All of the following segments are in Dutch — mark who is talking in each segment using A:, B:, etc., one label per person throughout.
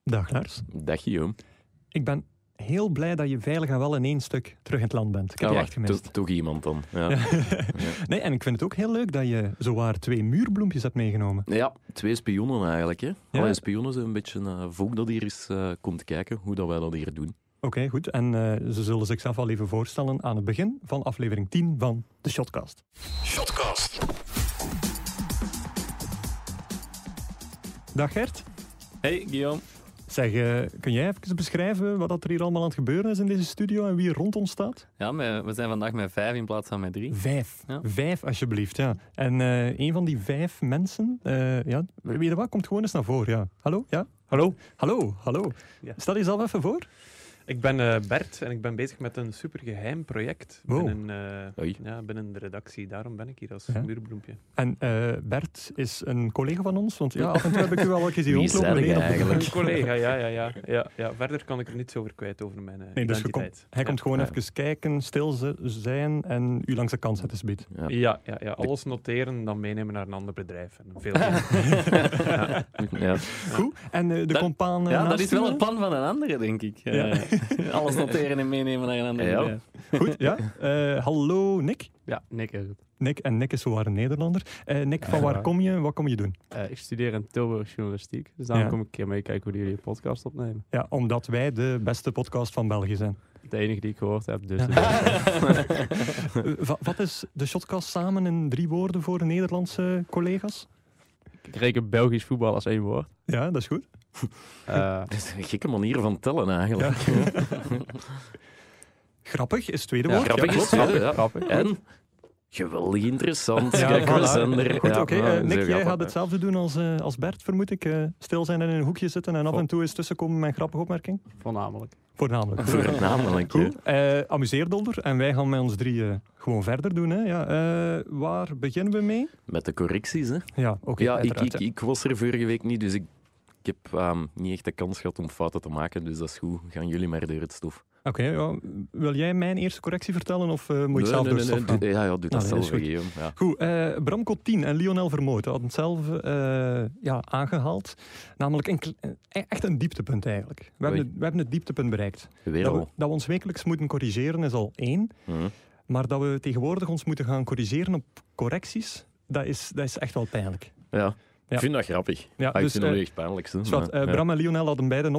A: Dag Lars.
B: Dag Guillaume.
A: Ik ben heel blij dat je veilig en wel in één stuk terug in het land bent. Ik heb je echt gemist.
B: Toch iemand dan. Ja.
A: Nee, en ik vind het ook heel leuk dat je zowaar 2 muurbloempjes hebt meegenomen.
B: Ja, 2 spionnen eigenlijk. Hè.
A: Ja.
B: Alle spionnen zijn een beetje volk dat hier eens komt kijken hoe dat wij dat hier doen.
A: Oké, goed. En ze zullen zichzelf al even voorstellen aan het begin van aflevering 10 van de Shotcast.
B: Shotcast.
A: Dag Gert.
C: Hey Guillaume.
A: Zeg, kun jij even beschrijven wat er hier allemaal aan het gebeuren is in deze studio en wie er rond ons staat?
C: Ja, we zijn vandaag met 5 in plaats van met 3.
A: 5.
C: Ja.
A: 5 alsjeblieft, ja. En een van die 5 mensen, weet je wat, komt gewoon eens naar voren. Ja. Hallo? Ja?
D: Hallo,
A: Hallo.
D: Ja.
A: Stel jezelf even voor.
D: ik ben Bert en ik ben bezig met een supergeheim project
A: Wow.
D: binnen de redactie. Daarom ben ik hier als
A: Ja.
D: muurbloempje.
A: En Bert is een collega van ons, want af en toe heb ik u wel eens hier
B: Wie
A: rondlopen.
B: zei jij
A: alleen op de-
B: eigenlijk?
D: Een collega, ja. Verder kan ik er niets over kwijt over mijn
A: Nee, dus
D: identiteit.
A: hij komt gewoon
B: Ja.
A: even kijken, stil zijn en u langs de kant zetten, Sbiet.
B: Ja.
D: Ja. Alles noteren, dan meenemen naar een ander bedrijf. En veel
B: Ja.
A: Goed. En de
C: Dat-
A: compaan
C: Ja, dat
A: naast
C: is
A: u,
C: wel het plan van een andere, denk ik.
A: Ja.
C: Alles noteren en meenemen naar een ander
B: Ja.
C: bedrijf.
A: Goed, ja. Hallo, Nick.
E: Ja, Nick is het.
A: Nick, en Nick is zowaar een Nederlander. Nick, van waar kom je? Wat kom je doen?
E: Ik studeer in Tilburg journalistiek, dus daarom
A: Ja.
E: kom ik een keer meekijken hoe jullie een podcast opnemen.
A: Ja, omdat wij de beste podcast van België zijn.
E: De enige die ik gehoord heb, dus...
A: Wat is de Shotcast samen in 3 woorden voor Nederlandse collega's?
E: ik reken Belgisch voetbal als 1 woord.
A: Ja, dat is goed.
B: Dat is een gekke manier van tellen eigenlijk.
A: Grappig is het tweede
B: Ja,
A: woord.
B: grappig
A: Ja,
B: is
A: klopt.
B: het, ja.
E: Grappig.
B: En geweldig interessant.
A: Ja,
B: Kijk, we
A: voilà.
B: zijn er.
A: Goed,
B: Ja,
A: oké.
B: nou,
A: Nick,
B: zo
A: jij
B: gaat
A: gaat
B: dat,
A: hetzelfde doen als Bert, vermoed ik. Stil zijn en in een hoekje zitten en af en toe eens tussenkomen met een grappige opmerking.
E: Voornamelijk.
A: Voornamelijk.
B: Voornamelijk. hè.
A: Goed. Amuseerdolder. En wij gaan met ons 3 gewoon verder doen. Hè. Ja, waar beginnen we mee?
B: Met de correcties, hè.
A: Ja, oké.
B: Ja,
A: uiteraard, hè.
B: ik was er vorige week niet, dus ik heb niet echt de kans gehad om fouten te maken. Dus dat is goed. Gaan jullie maar door het stof.
A: Oké, ja. Wil jij mijn eerste correctie vertellen of moet je zelf door het stof gaan?
B: Ja, doe dat
A: dat is
B: zelf,
A: goed.
B: Guillaume. Ja.
A: Goed, Bram Cotin en Lionel Vermoot hadden het zelf aangehaald. Namelijk echt een dieptepunt eigenlijk. We hebben het dieptepunt bereikt.
B: Weer
A: Dat we,
B: al.
A: dat we ons wekelijks moeten corrigeren is al 1. Maar dat we tegenwoordig ons moeten gaan corrigeren op correcties, dat is echt wel pijnlijk.
B: Ja.
A: Ja.
B: Ik vind dat grappig.
A: Ja,
B: Ik
A: dus,
B: vind dat echt pijnlijk. Hè.
A: Zwat,
B: Maar, ja.
A: Bram en Lionel hadden beiden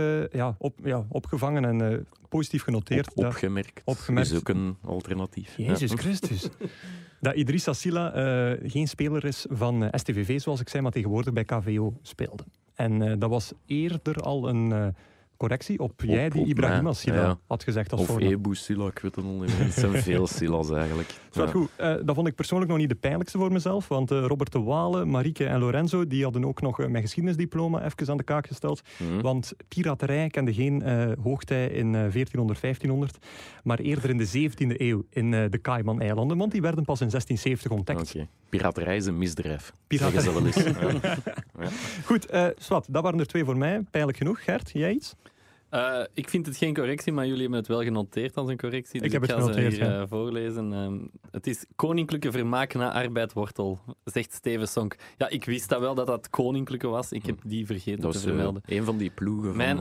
A: opgevangen en positief genoteerd. dat-
B: Opgemerkt.
A: opgemerkt.
B: Is ook een alternatief.
A: Jezus
B: Ja.
A: Christus. Dat Idrissa Silla geen speler is van STVV, zoals ik zei, maar tegenwoordig bij KVO speelde. En dat was eerder al een correctie op jij die
B: op
A: Ibrahima
B: mij,
A: Silla
B: ja.
A: had gezegd als
B: Of
A: voornaam.
B: Ebu Silla, ik weet het nog niet meer. Het zijn veel Silla's eigenlijk.
A: Zwart, goed. Dat vond ik persoonlijk nog niet de pijnlijkste voor mezelf, want Robert de Wale, Marieke en Lorenzo, die hadden ook nog mijn geschiedenisdiploma even aan de kaak gesteld. Want piraterij kende geen hoogtij in 1400, 1500, maar eerder in de 17e eeuw in de Cayman-eilanden, want die werden pas in 1670 ontdekt.
B: Oké. Piraterij is een misdrijf.
A: Piraterij.
B: Zeggen ze wel eens. Ja.
A: Goed, Swat, dat waren er 2 voor mij. Pijnlijk genoeg. Gert, jij iets?
C: Ik vind het geen correctie, maar jullie hebben het wel genoteerd als een correctie. Dus
A: Ik heb het
C: ga ze
A: genoteerd,
C: hier
A: ja.
C: voorlezen. Het is koninklijke vermaak na arbeidwortel, zegt Steven Sonk. Ja, ik wist dat wel dat dat koninklijke was. Ik heb die vergeten
B: Dat
C: te
B: is
C: vermelden.
B: een van die ploegen
C: Mijn-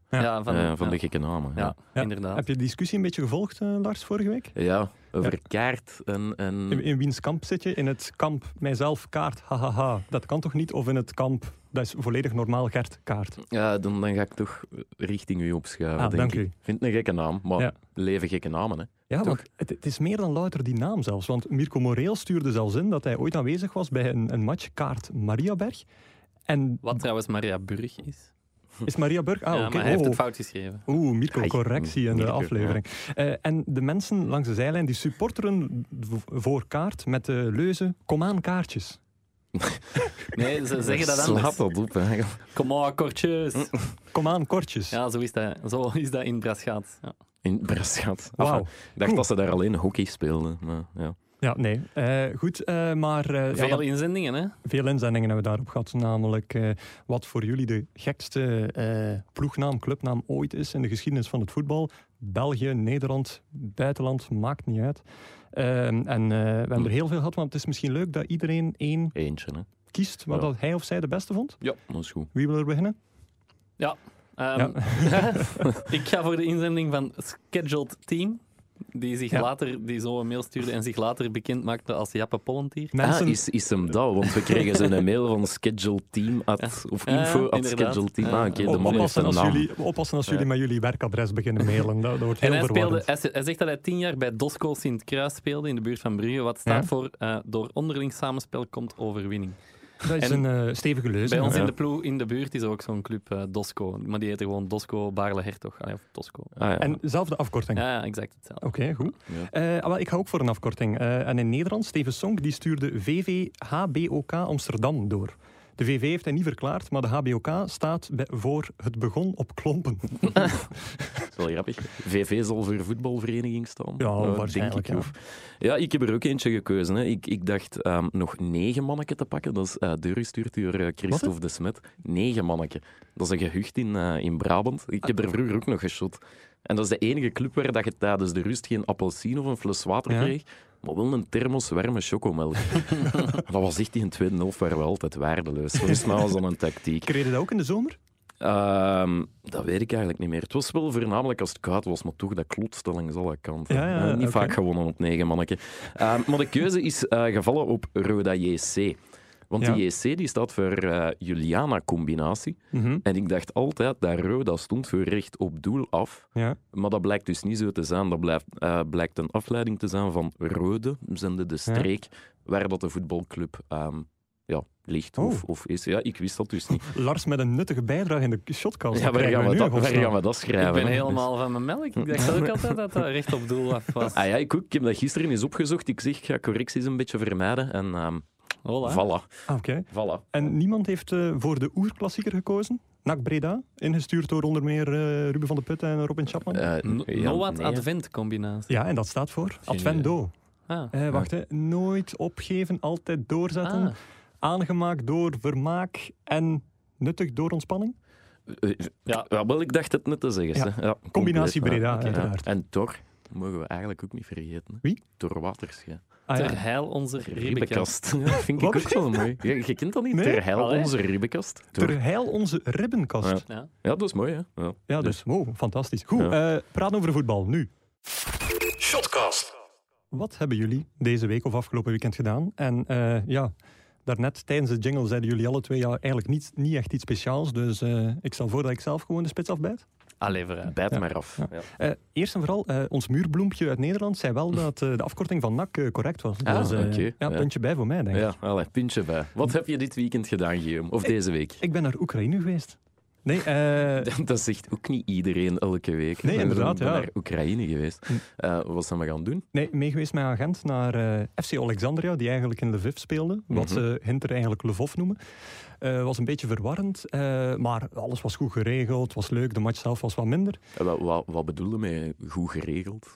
B: van de gekke namen.
C: Ja,
A: Ja.
C: inderdaad.
A: Heb je de discussie een beetje gevolgd, Lars, vorige week?
B: Ja, over kaart en...
A: In wiens kamp zit je? In het kamp mijzelf kaart, hahaha. Dat kan toch niet? Of in het kamp, dat is volledig normaal, Gert kaart.
B: Ja, dan ga ik toch richting u opschuiven,
A: Ah,
B: denk
A: dank
B: ik.
A: u.
B: Vind het een gekke naam, maar
A: Ja.
B: leven gekke namen, hè.
A: Ja,
B: Toch?
A: want het is meer dan louter die naam zelfs. Want Mirko Moreel stuurde zelfs in dat hij ooit aanwezig was bij een match kaart Mariaberg. En
C: Wat trouwens Maria Burg is.
A: is Mariaberg? Ah,
C: Ja,
A: oké.
C: maar hij heeft
A: Oh.
C: het fout geschreven.
A: Mirko,
B: Ai,
A: correctie in de
B: Mirko,
A: aflevering. En de mensen langs de zijlijn die supporteren voor kaart met de leuze kom aan kaartjes.
C: Nee, ze zeggen dat
B: Slaat
C: anders.
B: dat op, eigenlijk.
C: Kom maar, kortjes.
A: Kom aan kortjes.
C: Ja, zo is dat in Braschaat. Ja.
B: In Braschaat.
A: Wauw.
B: Ik dacht dat ze daar alleen hockey speelden. Maar, ja.
A: Ja, nee. Goed, maar...
C: Veel inzendingen, hè?
A: veel inzendingen hebben we daarop gehad. Namelijk wat voor jullie de gekste ploegnaam, clubnaam ooit is in de geschiedenis van het voetbal. België, Nederland, buitenland, maakt niet uit. En we hebben er heel veel gehad, want het is misschien leuk dat iedereen één
B: Eentje, hè.
A: kiest wat
B: Ja.
A: dat hij of zij de beste vond.
B: Ja, dat is goed.
A: Wie wil er beginnen?
C: Ja. Ik ga voor de inzending van Scheduled Team, die zo een mail stuurde en zich later bekend maakte als Jappe Pollentier.
B: Is hem dat? Want we kregen zo'n mail van scheduleteam of info at scheduleteam. De man heeft een naam.
A: Oppassen als jullie met jullie werkadres beginnen mailen. Dat wordt heel
C: En
A: verwarrend.
C: hij zegt dat hij 10 jaar bij Dosco Sint-Kruis speelde in de buurt van Brugge. Wat staat voor door onderling samenspel komt overwinning.
A: Dat is een stevige leuze.
C: Bij ons in de ploeg in de buurt is ook zo'n club Dosco. Maar die heette gewoon Dosco Baarle-Hertog. Of Dosco.
A: En zelfde afkorting?
C: Ja, exact hetzelfde.
A: Oké, goed. Ja. Ik ga ook voor een afkorting. En in Nederland, Steven Sonk, die stuurde VV-HBOK Amsterdam door. De VV heeft hij niet verklaard, maar de HBOK staat voor het begon op Klompen.
B: Dat is wel grappig. VV zal voor voetbalvereniging staan.
A: Ja, waarschijnlijk.
B: Denk ik. Ja, ik heb er ook eentje gekozen. Hè. Ik dacht nog 9 manneken te pakken. Dat is doorgestuurd door Christophe de Smet. 9 manneken. Dat is een gehucht in Brabant. Ik heb er vroeger ook nog geschot. En dat is de enige club waar dat je tijdens de rust geen appelsien of een fles water kreeg, maar wel een thermos warme chocomelk. Dat was echt in de tweede helft waren we altijd waardeloos. Volgens mij was dat een tactiek.
A: Kreeg je dat ook in de zomer?
B: Dat weet ik eigenlijk niet meer. Het was wel voornamelijk als het koud was, maar toch, dat klotste langs alle kanten. Niet vaak gewonnen op 9 manneken. Maar de keuze is gevallen op Roda JC. Want die JC die staat voor Juliana-combinatie.
A: Mm-hmm.
B: En ik dacht altijd dat Roda stond voor recht op doel af.
A: Ja.
B: Maar dat blijkt dus niet zo te zijn. Dat blijkt een afleiding te zijn van Rode, zende de streek, waar dat de voetbalclub ligt of is. Ja, ik wist dat dus niet.
A: Lars met een nuttige bijdrage in de shotcast.
B: Ja, waar gaan we dat schrijven?
C: Ik ben helemaal van mijn melk. Ik dacht ook altijd dat dat recht op doel af was.
B: Ja, ik heb dat gisteren eens opgezocht. Ik zeg, ik ga correcties een beetje vermijden. En voilà.
A: Okay.
B: Voilà.
A: En niemand heeft voor de oerklassieker gekozen? NAC Breda, ingestuurd door onder meer Ruben van de Putten en Robin Chapman?
C: Noat Advent-combinatie.
A: Ja, en dat staat voor Advento. Wacht, nooit opgeven, altijd doorzetten. Aangemaakt door vermaak en nuttig door ontspanning?
B: Wel, ik dacht het net te zeggen.
A: Ja. Combinatie Breda, uiteraard.
B: En Tor mogen we eigenlijk ook niet vergeten.
A: Wie?
B: Tor Waterschijn.
C: Ter heil onze ribbenkast.
B: Dat vind ik ook wel mooi. Je kent dat niet? Nee? Ter heil onze ribbenkast.
A: Ter heil onze ribbenkast.
B: Ja, dat is mooi, hè?
A: Ja, dus wow, fantastisch. Goed, praten over voetbal nu.
F: Shotcast.
A: Wat hebben jullie deze week of afgelopen weekend gedaan? En daarnet tijdens de jingle zeiden jullie alle twee eigenlijk niet echt iets speciaals. Dus ik stel voor dat ik zelf gewoon de spits afbijt.
C: Allee, vooruit.
B: Bijt maar af.
A: Ja. Eerst en vooral, ons muurbloempje uit Nederland zei wel dat de afkorting van NAC correct was. Dus puntje bij voor mij, denk ik.
B: Ja, puntje bij. Wat heb je dit weekend gedaan, Guillaume? Of deze week?
A: Ik ben naar Oekraïne geweest. Nee,
B: dat zegt ook niet iedereen elke week.
A: Nee, inderdaad.
B: Ik ben naar Oekraïne geweest. Wat zijn we gaan doen?
A: Nee, mee geweest met een agent naar FC Alexandria, die eigenlijk in Lviv speelde. Wat ze hinter eigenlijk Lvov noemen. Was een beetje verwarrend, maar alles was goed geregeld. Het was leuk, de match zelf was wat minder.
B: Wat bedoel je met goed geregeld?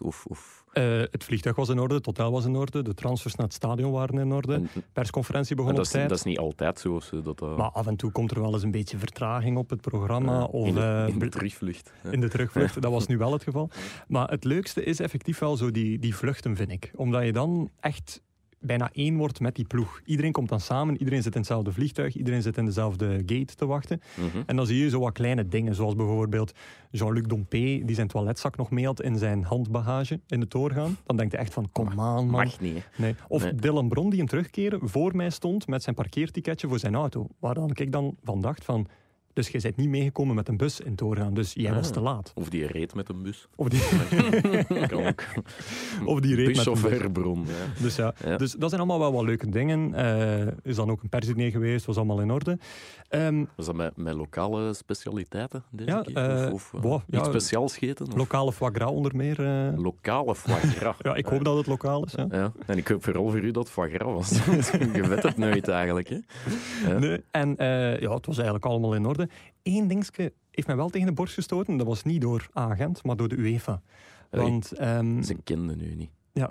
A: Het vliegtuig was in orde, het hotel was in orde, de transfers naar het stadion waren in orde. Persconferentie begon op tijd.
B: Dat is niet altijd zo.
A: Maar af en toe komt er wel eens een beetje vertraging op het programma.
B: In de terugvlucht.
A: In de terugvlucht, dat was nu wel het geval. Maar het leukste is effectief wel zo die vluchten, vind ik. Omdat je dan echt bijna één wordt met die ploeg. Iedereen komt dan samen, iedereen zit in hetzelfde vliegtuig, iedereen zit in dezelfde gate te wachten. En dan zie je zo wat kleine dingen, zoals bijvoorbeeld Jean-Luc Dompé, die zijn toiletzak nog mee had in zijn handbagage in het doorgaan. Dan denkt hij echt van, kom aan, man.
B: Mag niet.
A: Nee. Of Dylan Bron, die in terugkeren voor mij stond met zijn parkeerticketje voor zijn auto. Waar dan ik dan van dacht van, dus je bent niet meegekomen met een bus in het doorgaan, dus jij was te laat.
B: Of die reed met een bus.
A: Of die
B: kan ook.
A: Of die reed met een bus.
B: Bron. Ja.
A: Dus dat zijn allemaal wel wat leuke dingen. Is dan ook een persdiner geweest, was allemaal in orde.
B: Was dat met lokale specialiteiten deze keer? Of iets speciaals gegeten?
A: Lokale foie gras onder meer.
B: Lokale foie gras?
A: Ja, ik hoop dat het lokaal is.
B: Ja. En ik hoop vooral voor u dat het foie gras was. Je weet het nooit eigenlijk. Hè? Ja.
A: Nee, en het was eigenlijk allemaal in orde. Eén dingetje heeft mij wel tegen de borst gestoten. Dat was niet door agent, maar door de UEFA. Want,
B: ze kenden u niet.
A: Ja,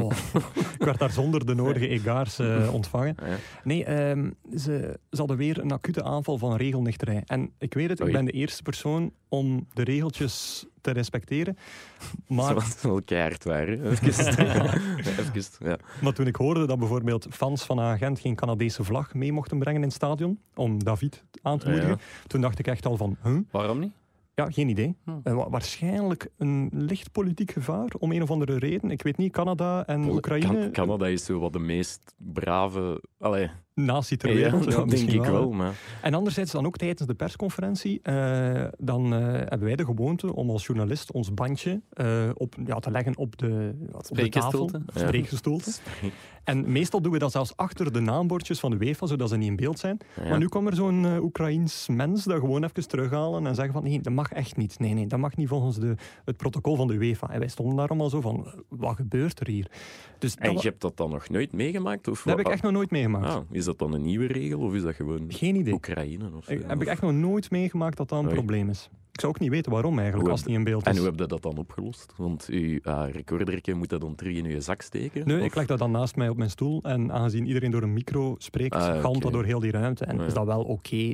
A: ik werd daar zonder de nodige egaars ontvangen.
B: Ja.
A: Nee, ze hadden weer een acute aanval van regelnichterij. En ik weet het, ik ben de eerste persoon om de regeltjes te respecteren. Maar
B: dat wel keihard waren. Even,
A: Maar toen ik hoorde dat bijvoorbeeld fans van een agent geen Canadese vlag mee mochten brengen in het stadion, om David aan te moedigen, toen dacht ik echt al van,
C: Waarom niet?
A: Ja, geen idee. Waarschijnlijk een licht politiek gevaar, om een of andere reden. Ik weet niet, Canada en Oekraïne...
B: Canada is zo wat de meest brave...
A: natie ter
B: Ja,
A: wereld. Ja,
B: dat denk
A: misschien
B: ik wel. Maar...
A: En anderzijds dan ook tijdens de persconferentie, dan hebben wij de gewoonte om als journalist ons bandje te leggen op de tafel. Spreekgestoelte. En meestal doen we dat zelfs achter de naambordjes van de UEFA, zodat ze niet in beeld zijn.
B: Ja.
A: Maar nu kwam er zo'n Oekraïens mens dat gewoon even terughalen en zeggen van nee, dat mag echt niet. Nee, dat mag niet volgens het protocol van de UEFA. En wij stonden daar allemaal zo van, wat gebeurt er hier? Dus
B: En je hebt dat dan nog nooit meegemaakt? Of
A: dat heb ik echt nog nooit meegemaakt.
B: Ah, is dat dan een nieuwe regel of is dat gewoon
A: Geen idee.
B: Oekraïne? Of,
A: Heb ik echt nog nooit meegemaakt dat dat een probleem is. Ik zou ook niet weten waarom eigenlijk, als het niet in beeld is.
B: En hoe heb je dat dan opgelost? Want uw recordertje moet dat dan terug in uw zak steken?
A: Nee,
B: of?
A: ik leg dat dan naast mij op mijn stoel en aangezien iedereen door een micro spreekt, galmt dat door heel die ruimte. En is dat wel oké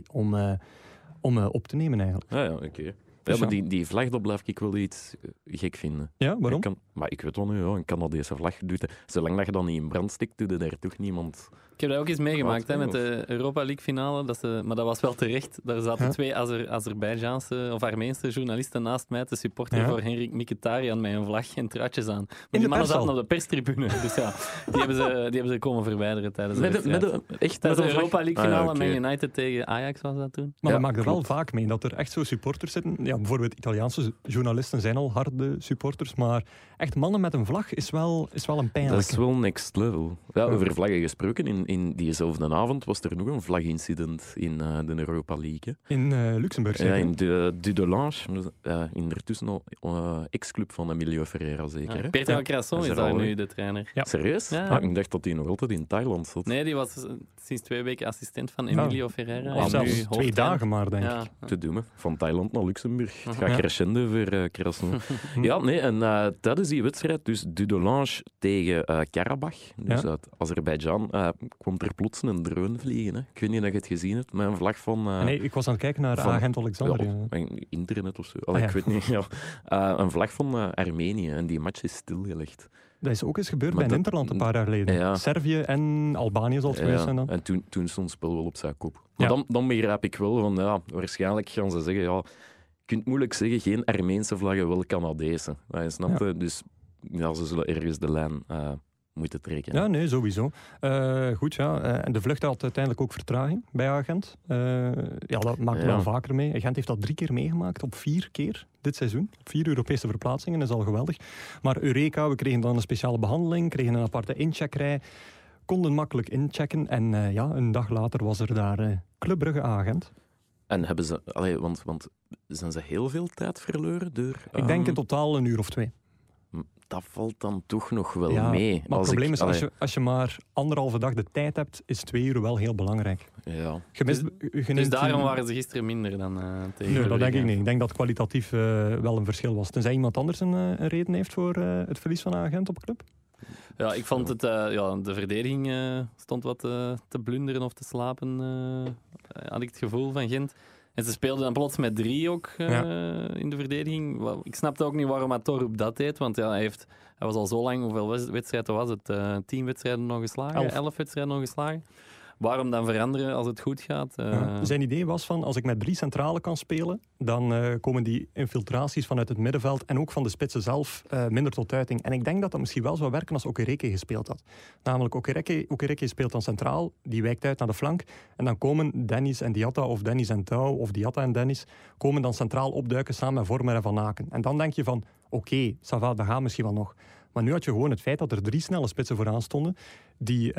A: om op te nemen eigenlijk.
B: Oké.
A: Dus
B: Ja, maar die vlag, dat blijf ik wel iets gek vinden.
A: Ja, waarom?
B: Maar ik weet wel nu, een Canadese vlag doet het. Zolang dat je dan niet in brand stikt, doet er daar toch niemand...
C: Ik heb dat ook eens meegemaakt met de Europa League finale. Maar dat was wel terecht. Daar zaten twee Azerbeidzjaanse of Armeense journalisten naast mij te supporten voor Henrik Mkhitaryan met een vlag en truitjes aan. Maar die mannen zaten op de perstribune. Dus ja, die hebben ze komen verwijderen tijdens de wedstrijd. Tijdens de Europa League finale met United tegen Ajax was dat toen.
A: Maar dat maakt er wel vaak mee, dat er echt zo supporters zitten. Ja, bijvoorbeeld Italiaanse journalisten zijn al harde supporters, maar echt mannen met een vlag is wel een pijnlijke.
B: Dat is wel next level. Ja, over vlaggen gesproken, in diezelfde avond was er nog een vlagincident in de Europa League.
A: In Luxemburg,
B: zeker? Ja, in de Dudelange. Intussen al ex-club van Emilio Ferreira, zeker.
C: Bertrand Crasson is daar nu de trainer.
B: Ja. Serieus?
C: Ja.
B: Ik dacht dat hij nog altijd in Thailand zat.
C: Nee, die was sinds 2 weken assistent van Emilio Ferreira.
A: Of zelfs 2 dagen maar, denk ik.
B: Te doen, van Thailand naar Luxemburg. Het gaat crescendo voor Crasson. En tijdens die wedstrijd, dus Dudelange tegen Karabach, dus uit Azerbeidzjan, kwam er plots een drone vliegen. Hè. Ik weet niet of je het gezien hebt, met een vlag van...
A: nee, ik was aan het kijken naar Agent Alexander.
B: Internet of zo. Ik weet niet. Een vlag van Armenië en die match is stilgelegd.
A: Dat is ook eens gebeurd bij Interland een paar jaar geleden. Ja. Servië en Albanië zal het geweest zijn dan.
B: En toen stond het spel wel op zijn kop. Maar dan begrijp ik wel, van, waarschijnlijk gaan ze zeggen, je kunt moeilijk zeggen, geen Armeense vlaggen, wel Canadese. Snap je? Dus ze zullen ergens de lijn moeten trekken.
A: Ja, nee, sowieso. Goed, en de vlucht had uiteindelijk ook vertraging bij Agent. Dat maakt wel vaker mee. Agent heeft dat 3 keer meegemaakt, op 4 keer dit seizoen. 4 Europese verplaatsingen, dat is al geweldig. Maar Eureka, we kregen dan een speciale behandeling, kregen een aparte incheckrij, konden makkelijk inchecken en een dag later was er daar Club Brugge Agent.
B: En hebben ze... Want zijn ze heel veel tijd verloren door...
A: Ik denk in totaal 1 uur of 2.
B: Dat valt dan toch nog wel mee.
A: Maar het probleem is, als je maar 1,5 dag de tijd hebt, is 2 uur wel heel belangrijk.
B: Ja.
C: Dus daarom waren ze gisteren minder dan tegen
A: Nee, dat denk ik niet. Ik denk dat kwalitatief wel een verschil was. Tenzij iemand anders een reden heeft voor het verlies van een agent op club.
C: Ja, ik vond het... de verdediging stond wat te blunderen of te slapen, had ik het gevoel van Gent. En ze speelden dan plots met 3 ook in de verdediging. Ik snapte ook niet waarom Atorp dat deed, want hij was al zo lang, hoeveel wedstrijden was het? 10 wedstrijden nog geslagen, 11 wedstrijden nog geslagen. Waarom dan veranderen als het goed gaat?
A: Zijn idee was van, als ik met 3 centralen kan spelen, dan komen die infiltraties vanuit het middenveld en ook van de spitsen zelf minder tot uiting. En ik denk dat dat misschien wel zou werken als Okereke gespeeld had. Namelijk, Okereke speelt dan centraal, die wijkt uit naar de flank en dan komen Dennis en Diatta of Dennis en Touw of Diatta en Dennis komen dan centraal opduiken samen met Vormer en Van Aken. En dan denk je van, oké, ça va, dat gaat misschien wel nog. Maar nu had je gewoon het feit dat er 3 snelle spitsen vooraan stonden die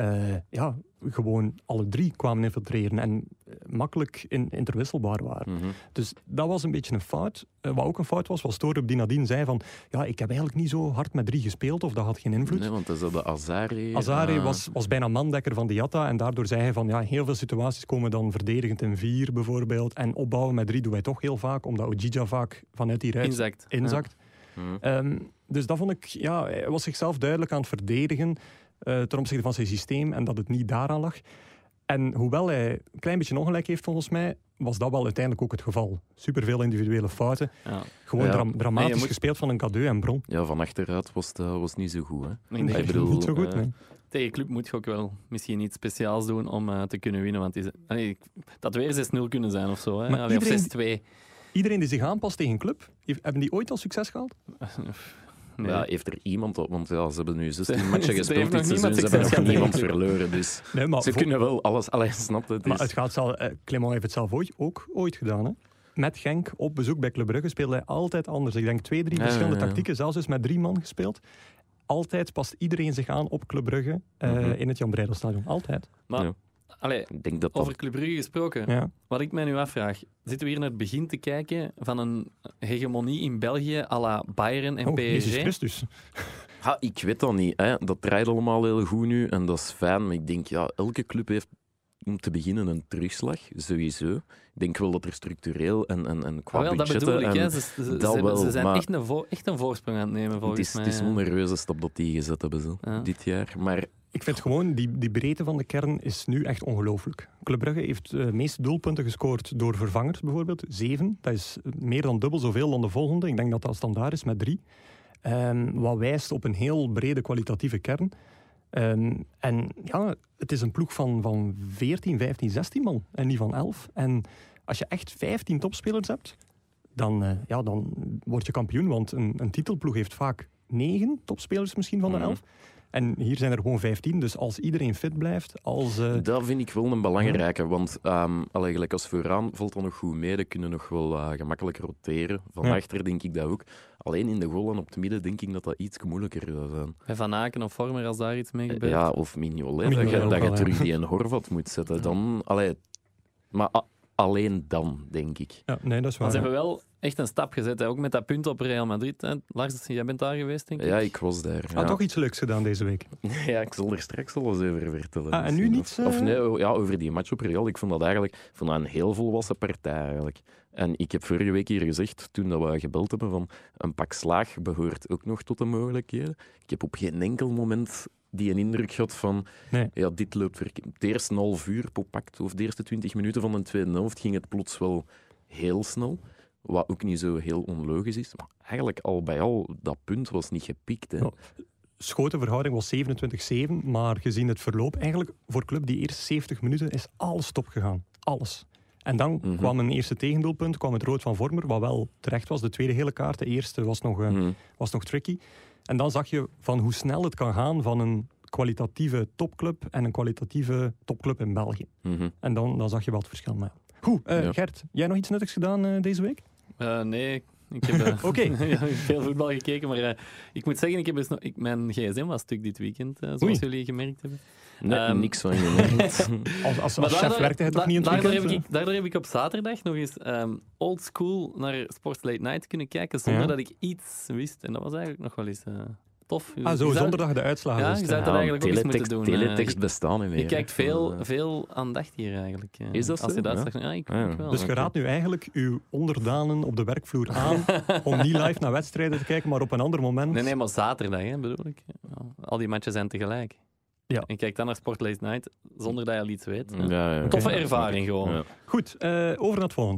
A: gewoon alle 3 kwamen infiltreren en makkelijk interwisselbaar waren.
B: Mm-hmm.
A: Dus dat was een beetje een fout. Wat ook een fout was Torup die nadien zei van ik heb eigenlijk niet zo hard met 3 gespeeld of dat had geen invloed.
B: Nee, want dat is de Azari.
A: Azari was bijna mandekker van Diatta en daardoor zei hij van heel veel situaties komen dan verdedigend in 4 bijvoorbeeld en opbouwen met 3 doen wij toch heel vaak, omdat Ojija vaak vanuit die ruit inzakt. Ja. Dus dat vond ik, hij was zichzelf duidelijk aan het verdedigen ten opzichte van zijn systeem en dat het niet daaraan lag. En hoewel hij een klein beetje ongelijk heeft volgens mij, was dat wel uiteindelijk ook het geval. Superveel individuele fouten. Ja. Gewoon dramatisch gespeeld van een Cadeau en Bron.
B: Ja, van achteruit was niet zo goed. Hè?
A: Nee, ik bedoel, niet zo goed. Nee.
C: Tegen club moet je ook wel misschien iets speciaals doen om te kunnen winnen. Want dat weer 6-0 kunnen zijn of zo. Hè? Of 6-2.
A: Iedereen die zich aanpast tegen een club, hebben die ooit al succes gehad?
C: Nee.
B: Ja, heeft er iemand... Want ja, ze hebben nu 16 matchen
C: Er heeft
B: gespeeld
C: nog
B: dit seizoen.
C: niemand
B: Ze hebben nog
C: succes
B: niemand
C: gehad.
B: verloren. Dus
A: Nee, maar
B: ze kunnen wel alles... Allee, snap het.
A: Maar het gaat zelf... Clément heeft het zelf ook ooit gedaan, hè? Met Genk op bezoek bij Club Brugge speelde hij altijd anders. Ik denk 2-3 verschillende tactieken, zelfs eens met 3 man gespeeld. Altijd past iedereen zich aan op Club Brugge in het Jan Breidel-stadion. Altijd.
C: Maar,
B: Ja.
C: allee,
B: Ik denk dat
C: over Club Brugge gesproken,
A: Ja.
C: wat ik mij nu afvraag, zitten we hier naar het begin te kijken van een hegemonie in België à la Bayern en
A: Oh, Jezus
C: PSG?
A: Christus.
B: Ha, ik weet dat niet. Hè. Dat draait allemaal heel goed nu en dat is fijn. Maar ik denk, ja, elke club heeft om te beginnen een terugslag, sowieso. Ik denk wel dat er structureel en qua
C: Wel, dat
B: budgetten...
C: bedoel ik.
B: en
C: Hè. Ze
B: dat wel,
C: ze zijn
B: maar-
C: echt een voorsprong aan het nemen,
B: het
C: volgens
B: is,
C: mij.
B: het is wel een reuze stap dat die gezet hebben zo,
C: Ja.
B: dit jaar. Maar
A: Ik vind gewoon, die breedte van de kern is nu echt ongelooflijk. Club Brugge heeft de meeste doelpunten gescoord door vervangers, bijvoorbeeld. 7. Dat is meer dan dubbel zoveel dan de volgende. Ik denk dat dat standaard is met 3. Wat wijst op een heel brede kwalitatieve kern. En ja, het is een ploeg van 14, 15, 16 man en niet van 11. En als je echt 15 topspelers hebt, dan word je kampioen. Want een titelploeg heeft vaak 9 topspelers misschien van de 11. En hier zijn er gewoon 15. Dus als iedereen fit blijft,
B: dat vind ik wel een belangrijke. Want gelijk als vooraan valt dat nog goed mee. Dan kunnen nog wel gemakkelijk roteren. Van achter denk ik dat ook. Alleen in de goal en op het midden denk ik dat dat iets moeilijker zou zijn.
C: Bij Van Aken of Vormer, als daar iets mee gebeurt.
B: Ja, of Mignolet.
A: Mignolet
B: Dat
A: ook
B: je
A: wel, ja.
B: terug die een Horvat moet zetten. Dan, maar alleen dan, denk ik.
A: Ja, nee, dat is
C: Maar
A: waar.
C: ze hebben wel echt een stap gezet, hè. Ook met dat punt op Real Madrid. Hè. Lars, jij bent daar geweest, denk ik?
B: Ja, ik was daar. Ja.
A: Toch iets leuks gedaan deze week.
B: Ja, ik zal er straks wel eens over vertellen.
A: Ah, en nu
B: misschien.
A: niets,
B: Of nee, over die match op Real. Ik vond dat een heel volwassen partij eigenlijk. En ik heb vorige week hier gezegd, toen dat we gebeld hebben, van een pak slaag behoort ook nog tot de mogelijkheden. Ik heb op geen enkel moment die een indruk gehad van,
A: Nee.
B: ja, dit loopt verkeerd. Het eerste half uur, of de eerste 20 minuten van de tweede helft ging het plots wel heel snel. Wat ook niet zo heel onlogisch is. Maar eigenlijk al bij al, dat punt was niet gepikt. Hè.
A: Ja. Schotenverhouding was 27-7, maar gezien het verloop, eigenlijk voor club die eerste 70 minuten is alles top gegaan. Alles. En dan kwam een eerste tegendoelpunt, kwam het rood van Vormer, wat wel terecht was. De tweede gele kaart, de eerste was nog tricky. En dan zag je van hoe snel het kan gaan van een kwalitatieve topclub en een kwalitatieve topclub in België. En dan zag je wel het verschil. Maar goed, Gert, jij nog iets nuttigs gedaan deze week?
C: Nee, ik heb
A: Oké.
C: ja, ik heb veel voetbal gekeken, maar ik moet zeggen, mijn gsm was stuk dit weekend, zoals jullie gemerkt hebben.
B: Nee, niks van gemerkt.
A: Als
C: Maar
A: chef werkte hij toch niet in het weekend?
C: Daardoor heb ik op zaterdag nog eens old school naar Sports Late Night kunnen kijken, zonder dat ik iets wist. En dat was eigenlijk nog wel eens tof.
A: Zonder dat je de uitslagen
C: Ja,
A: wist.
C: je zou het eigenlijk ook eens moeten doen.
B: Teletext bestaan niet meer.
C: Je kijkt veel aandacht hier eigenlijk.
B: Is dat
C: als
B: zo?
C: je dat
B: Ja.
C: zegt, ja, ik wel.
A: Dus je raadt nu eigenlijk uw onderdanen op de werkvloer aan om niet live naar wedstrijden te kijken, maar op een ander moment.
C: Nee, maar zaterdag bedoel ik. Ja, al die matches zijn tegelijk.
A: Ja.
C: En kijk dan naar Sport Late Night zonder dat je al iets weet.
B: Ja.
C: Toffe
A: Oké.
C: ervaring gewoon.
B: Ja.
A: Goed, over naar het volgende.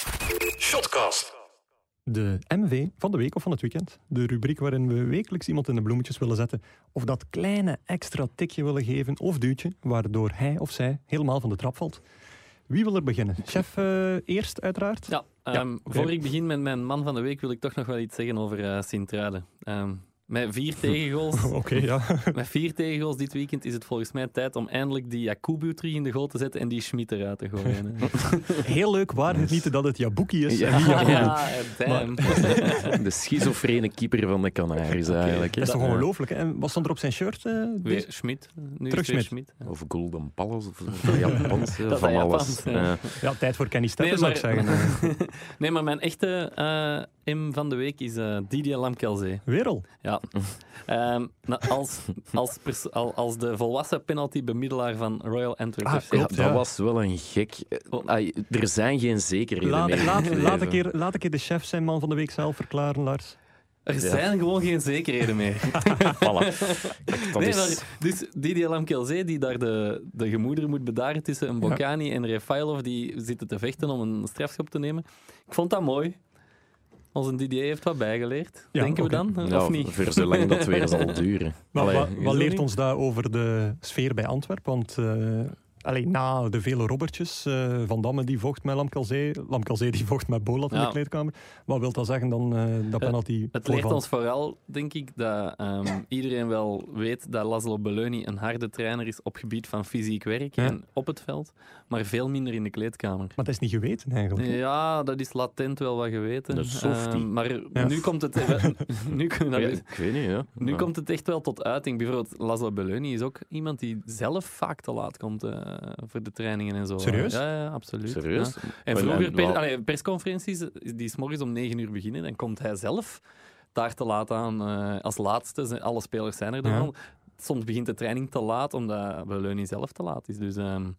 F: Shotcast.
A: De MV van de week of van het weekend. De rubriek waarin we wekelijks iemand in de bloemetjes willen zetten. Of dat kleine extra tikje willen geven of duwtje, waardoor hij of zij helemaal van de trap valt. Wie wil er beginnen? Chef eerst, uiteraard.
C: Ja,
A: oké.
C: Voor ik begin met mijn man van de week wil ik toch nog wel iets zeggen over Sint-Truiden. Met 4 tegengoals.
A: Oké, ja.
C: Met 4 tegengoals dit weekend is het volgens mij tijd om eindelijk die Jakubu terug in de goal te zetten en die Schmid eruit te gooien. Hè.
A: Heel leuk, waar het niet dat het Jabuki is.
B: Ja.
A: En niet Jakubu.
C: Ja, damn.
B: De schizofrene keeper van de Canaries eigenlijk.
A: Dat is toch ongelooflijk, hè? En wat stond er op zijn shirt?
C: Weer Schmid. Nu
A: Terug
C: is weer
A: Schmid.
C: Ja.
B: Of Golden Palace, of zo. Japans,
C: Dat is
B: van
C: Japans,
B: alles.
C: ja.
A: Ja, tijd voor Kenny Steppen,
C: Nee,
A: zou ik zeggen.
C: Nee, maar mijn echte M van de week is Didier Lamkelzee.
A: Werel.
C: Ja. Als de volwassen penaltybemiddelaar van Royal Antwerp
A: Ah,
C: FC.
A: klopt.
B: Dat
A: Ja.
B: was wel een gek... er zijn geen zekerheden meer.
A: Laat een keer de chef zijn man van de week zelf verklaren, Lars.
C: Er zijn gewoon geen zekerheden meer.
B: Voilà. Kijk, dat
C: Nee,
B: is...
C: maar, dus Didier Lamkelzee, die daar de gemoederen moet bedaren tussen een Bocani en Refailov, die zitten te vechten om een strafschop te nemen. Ik vond dat mooi. Onze Didier heeft wat bijgeleerd,
A: Ja,
C: denken
A: oké.
C: we dan?
B: Ja,
C: Of niet?
B: voor zolang dat weer zal duren.
A: Maar
B: Allee,
A: wat
C: zo
A: leert
C: niet.
A: ons dat over de sfeer bij Antwerpen? Want na de vele Robertjes, Van Damme die vocht met Lamkelzee die vocht met Bolat in de kleedkamer. Wat wil dat zeggen dan, dat penalty?
C: Het leert ons vooral, denk ik, dat iedereen wel weet dat Laszlo Belloni een harde trainer is op gebied van fysiek werk en op het veld, maar veel minder in de kleedkamer.
A: Maar dat is niet geweten eigenlijk. Hè?
C: Ja, dat is latent wel wat geweten.
B: Dat is softie.
C: Maar nu komt het...
B: Ik weet niet, ja.
C: Nu komt het echt wel tot uiting. Bijvoorbeeld, Laszlo Belloni is ook iemand die zelf vaak te laat komt voor de trainingen en zo.
A: Serieus?
C: Ja, absoluut.
B: Serieus?
C: Ja. En vroeger, persconferenties die 's morgens om 9 uur beginnen, dan komt hij zelf daar te laat aan als laatste. Alle spelers zijn er dan al. Soms begint de training te laat, omdat Belloni zelf te laat is. Dus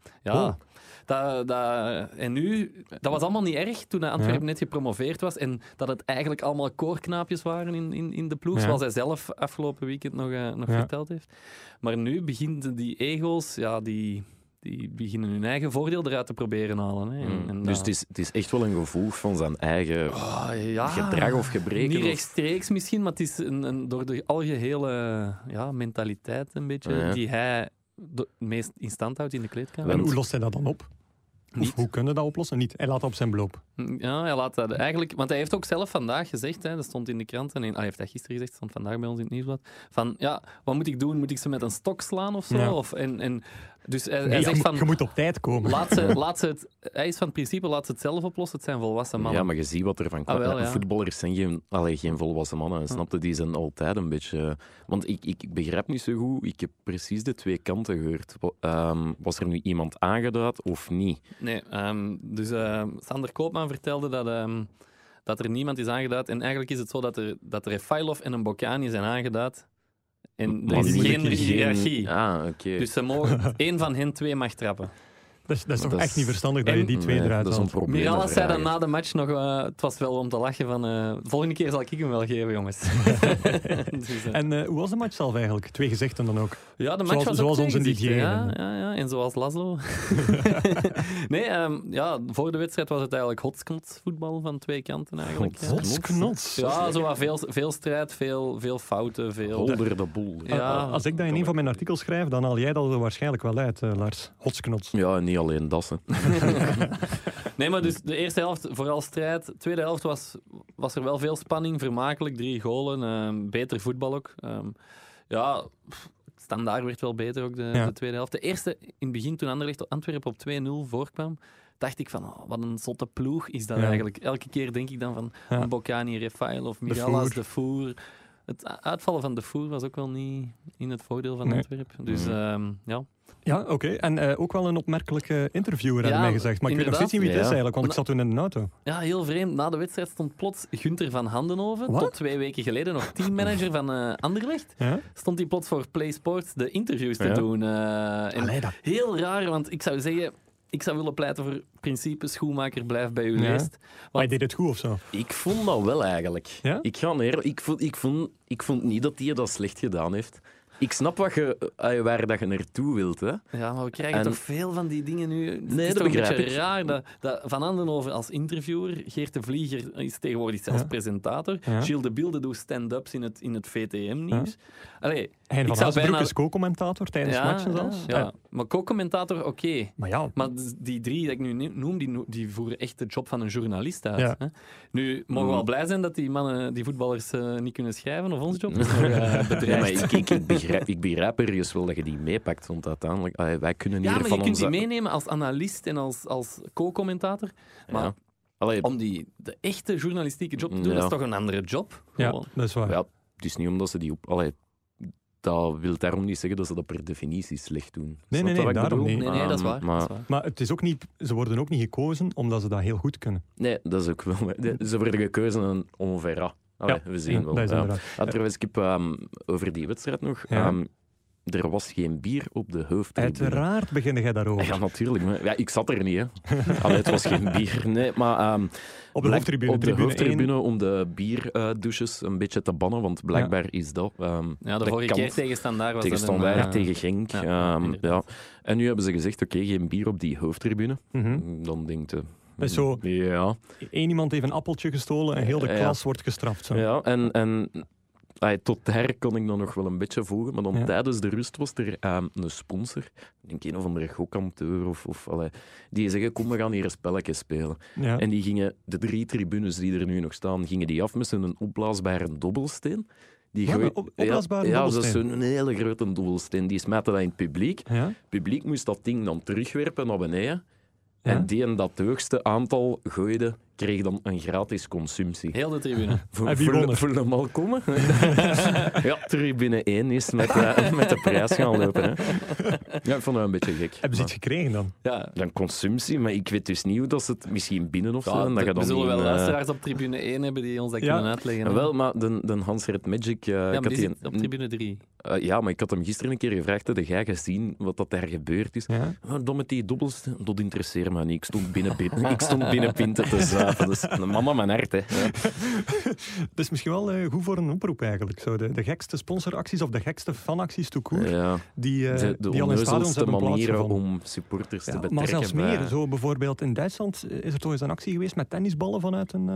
C: en nu, dat was allemaal niet erg toen Antwerpen net gepromoveerd was en dat het eigenlijk allemaal koorknaapjes waren in de ploeg, zoals hij zelf afgelopen weekend nog verteld heeft. Maar nu beginnen die ego's, die beginnen hun eigen voordeel eruit te proberen halen. Hè.
B: Dus het is echt wel een gevolg van zijn eigen gedrag of gebreken?
C: Niet rechtstreeks misschien, maar het is door de algehele mentaliteit een beetje die hij het meest in stand houdt in de kleedkamer.
A: En hoe lost hij dat dan op? Hoe kunnen dat oplossen? Niet. Hij laat op zijn beloop.
C: Ja, hij laat dat eigenlijk... Want hij heeft ook zelf vandaag gezegd, dat stond in de krant, en hij heeft dat gisteren gezegd, stond vandaag bij ons in het nieuwsblad, van, wat moet ik doen? Moet ik ze met een stok slaan of zo? Ja. Dus hij zegt van...
A: Je moet op tijd komen.
C: Hij is van het principe, laat ze het zelf oplossen, het zijn volwassen mannen.
B: Ja, maar je ziet wat er van komt. Voetballers zijn geen volwassen mannen. Snap je? Die zijn altijd een beetje... Want ik begrijp niet zo goed, ik heb precies de twee kanten gehoord. Was er nu iemand aangeduid of niet?
C: Nee, dus Sander Koopman vertelde dat er niemand is aangeduid. En eigenlijk is het zo dat er Refailov en een Bocani zijn aangeduid. En er is geen hiërarchie.
B: Okay.
C: Dus ze mogen, één van hen 2 mag trappen.
A: Dat is toch echt niet verstandig dat je die 2 eruit haalt.
C: Miralas zei dan na de match nog, het was wel om te lachen van, de volgende keer zal ik hem wel geven, jongens. Dus,
A: en hoe was de match zelf eigenlijk? 2 gezichten dan ook?
C: Ja, de match was zoals onze DJ.
A: Ja,
C: en zoals Laszlo. Nee, voor de wedstrijd was het eigenlijk hotsknotsvoetbal van 2 kanten eigenlijk.
A: Hotsknots?
C: Ja, zo wat veel strijd, veel fouten.
B: Holder de boel.
A: Ja. Als ik dat in een van mijn artikels schrijf, dan haal jij dat er waarschijnlijk wel uit, Lars. Hotsknots.
B: Ja, niet alleen dassen.
C: Nee, maar dus de eerste helft vooral strijd. De tweede helft was er wel veel spanning, vermakelijk, 3 golen, beter voetbal ook. Standaard werd wel beter ook de tweede helft. De eerste, in het begin, toen Antwerpen op 2-0 voorkwam, dacht ik van, wat een zotte ploeg is dat eigenlijk. Elke keer denk ik dan van Bocani, Refailov, Miralas, De Voer. Het uitvallen van De Voer was ook wel niet in het voordeel van Antwerpen. Dus
A: Ja, oké. En ook wel een opmerkelijke interviewer, hebben mij gezegd. Maar ik weet nog steeds niet wie het is eigenlijk, want ik zat toen in een auto.
C: Ja, heel vreemd. Na de wedstrijd stond plots Gunther van Handenhoven, tot 2 weken geleden nog teammanager van Anderlecht. Ja? Stond hij plots voor Play Sports de interviews te doen. Heel raar, want ik zou zeggen... Ik zou willen pleiten voor principe schoenmaker blijft bij uw leest.
A: Maar je deed het goed of zo?
B: Ik vond dat wel eigenlijk.
A: Ja?
B: Ik vond niet dat hij dat slecht gedaan heeft. Ik snap waar dat je naartoe wilt. Hè.
C: Ja, maar we krijgen toch veel van die dingen nu. Het is
B: dat
C: toch
B: begrijp
C: een beetje raar dat Van Andenhoven als interviewer, Geert de Vlieger is tegenwoordig zelfs presentator, Gilles de Bilde doet stand-ups in het VTM-nieuws.
A: Hein van Haasbroek is co-commentator tijdens matchen zelfs.
C: Ja, maar co-commentator, oké.
A: Maar
C: die 3 dat ik nu noem, die voeren echt de job van een journalist uit. Ja. Hè? Nu, mogen we wel blij zijn dat die mannen, die voetballers, niet kunnen schrijven, of onze job is nog bedreigd.
B: Ik begrijp ergens wel dat je die meepakt, want uiteindelijk, wij kunnen hier van
C: je kunt die meenemen als analist en als co-commentator, maar om de echte journalistieke job te doen, dat is toch een andere job?
A: Ja, dat is waar.
B: Ja, het is niet omdat ze die dat wil daarom niet zeggen dat ze dat per definitie slecht doen.
A: Nee, daarom niet.
C: Nee, dat is waar.
A: Maar het is ook niet, ze worden ook niet gekozen omdat ze dat heel goed kunnen.
B: Nee, dat is ook wel. Ze worden gekozen on verra. We zien wel. Trouwens, ik heb over die wedstrijd nog... er was geen bier op de hoofdtribune.
A: Uiteraard begin jij daarover.
B: Ja, natuurlijk. Maar, ik zat er niet. Hè. Het was geen bier. Nee, maar...
A: op de hoofdtribune?
B: Op de hoofdtribune om de bierdouches een beetje te bannen, want blijkbaar is dat...
C: de vorige keer tegen Standaard was
B: tegen Standaard, tegen Genk. En nu hebben ze gezegd, oké, geen bier op die hoofdtribune. Dan denkt je...
A: Zo, één iemand heeft een appeltje gestolen en heel de klas wordt gestraft. Zo.
B: Ja, en tot daar kon ik dan nog wel een beetje volgen. Maar dan
A: Ja.
B: tijdens de rust was er een sponsor, ik denk een of andere gokkanteur, die zeggen, kom, we gaan hier een spelletje spelen.
A: Ja.
B: En die gingen, de 3 tribunes die er nu nog staan, gingen die af met zo'n opblaasbare dobbelsteen. Die
A: Wat,
B: gooit-
A: een opblaasbare
B: ja,
A: dobbelsteen?
B: dat is zo'n hele grote dobbelsteen. Die smijten dat in het publiek.
A: Ja?
B: Het publiek moest dat ding dan terugwerpen naar beneden.
A: Ja?
B: En die en dat het hoogste aantal gooide, kreeg dan een gratis consumptie.
C: Heel de tribune.
A: En wie won er?
B: Voel hem al komen? Ja, tribune 1 is met de prijs gaan lopen. Hè. Ja, ik vond dat een beetje gek.
A: Hebben ze iets gekregen dan?
C: Ja.
B: Dan consumptie, maar ik weet dus niet hoe dat ze het misschien binnen of zo.
C: Ja,
B: en dat je
C: we
B: dan
C: zullen
B: niet,
C: wel luisteraars op tribune 1 hebben die ons dat
A: Ja.
C: kunnen uitleggen. hè.
B: Wel, maar de Hans Red Magic...
C: ja,
B: ik
C: maar
B: had
C: die
B: die
C: zit op tribune 3.
B: ja, maar ik had hem gisteren een keer gevraagd, heb jij gezien wat dat daar gebeurd is?
A: Ja?
B: Dan met die dobbels, dat interesseert me niet. Ik stond binnen pinten te zuipen. Dus een man aan mijn hart, hè. Ja.
A: Het is misschien wel goed voor een oproep eigenlijk. Zo de gekste sponsoracties of de gekste fanacties tout court,
B: Ja.
A: die,
B: De
A: die al in stadions
B: onneuzelste
A: hebben
B: manieren
A: plaatsgevonden.
B: om supporters te
A: Ja,
B: betrekken.
A: maar zelfs
B: bij-
A: meer. Zo bijvoorbeeld in Duitsland is er toch eens een actie geweest met tennisballen vanuit een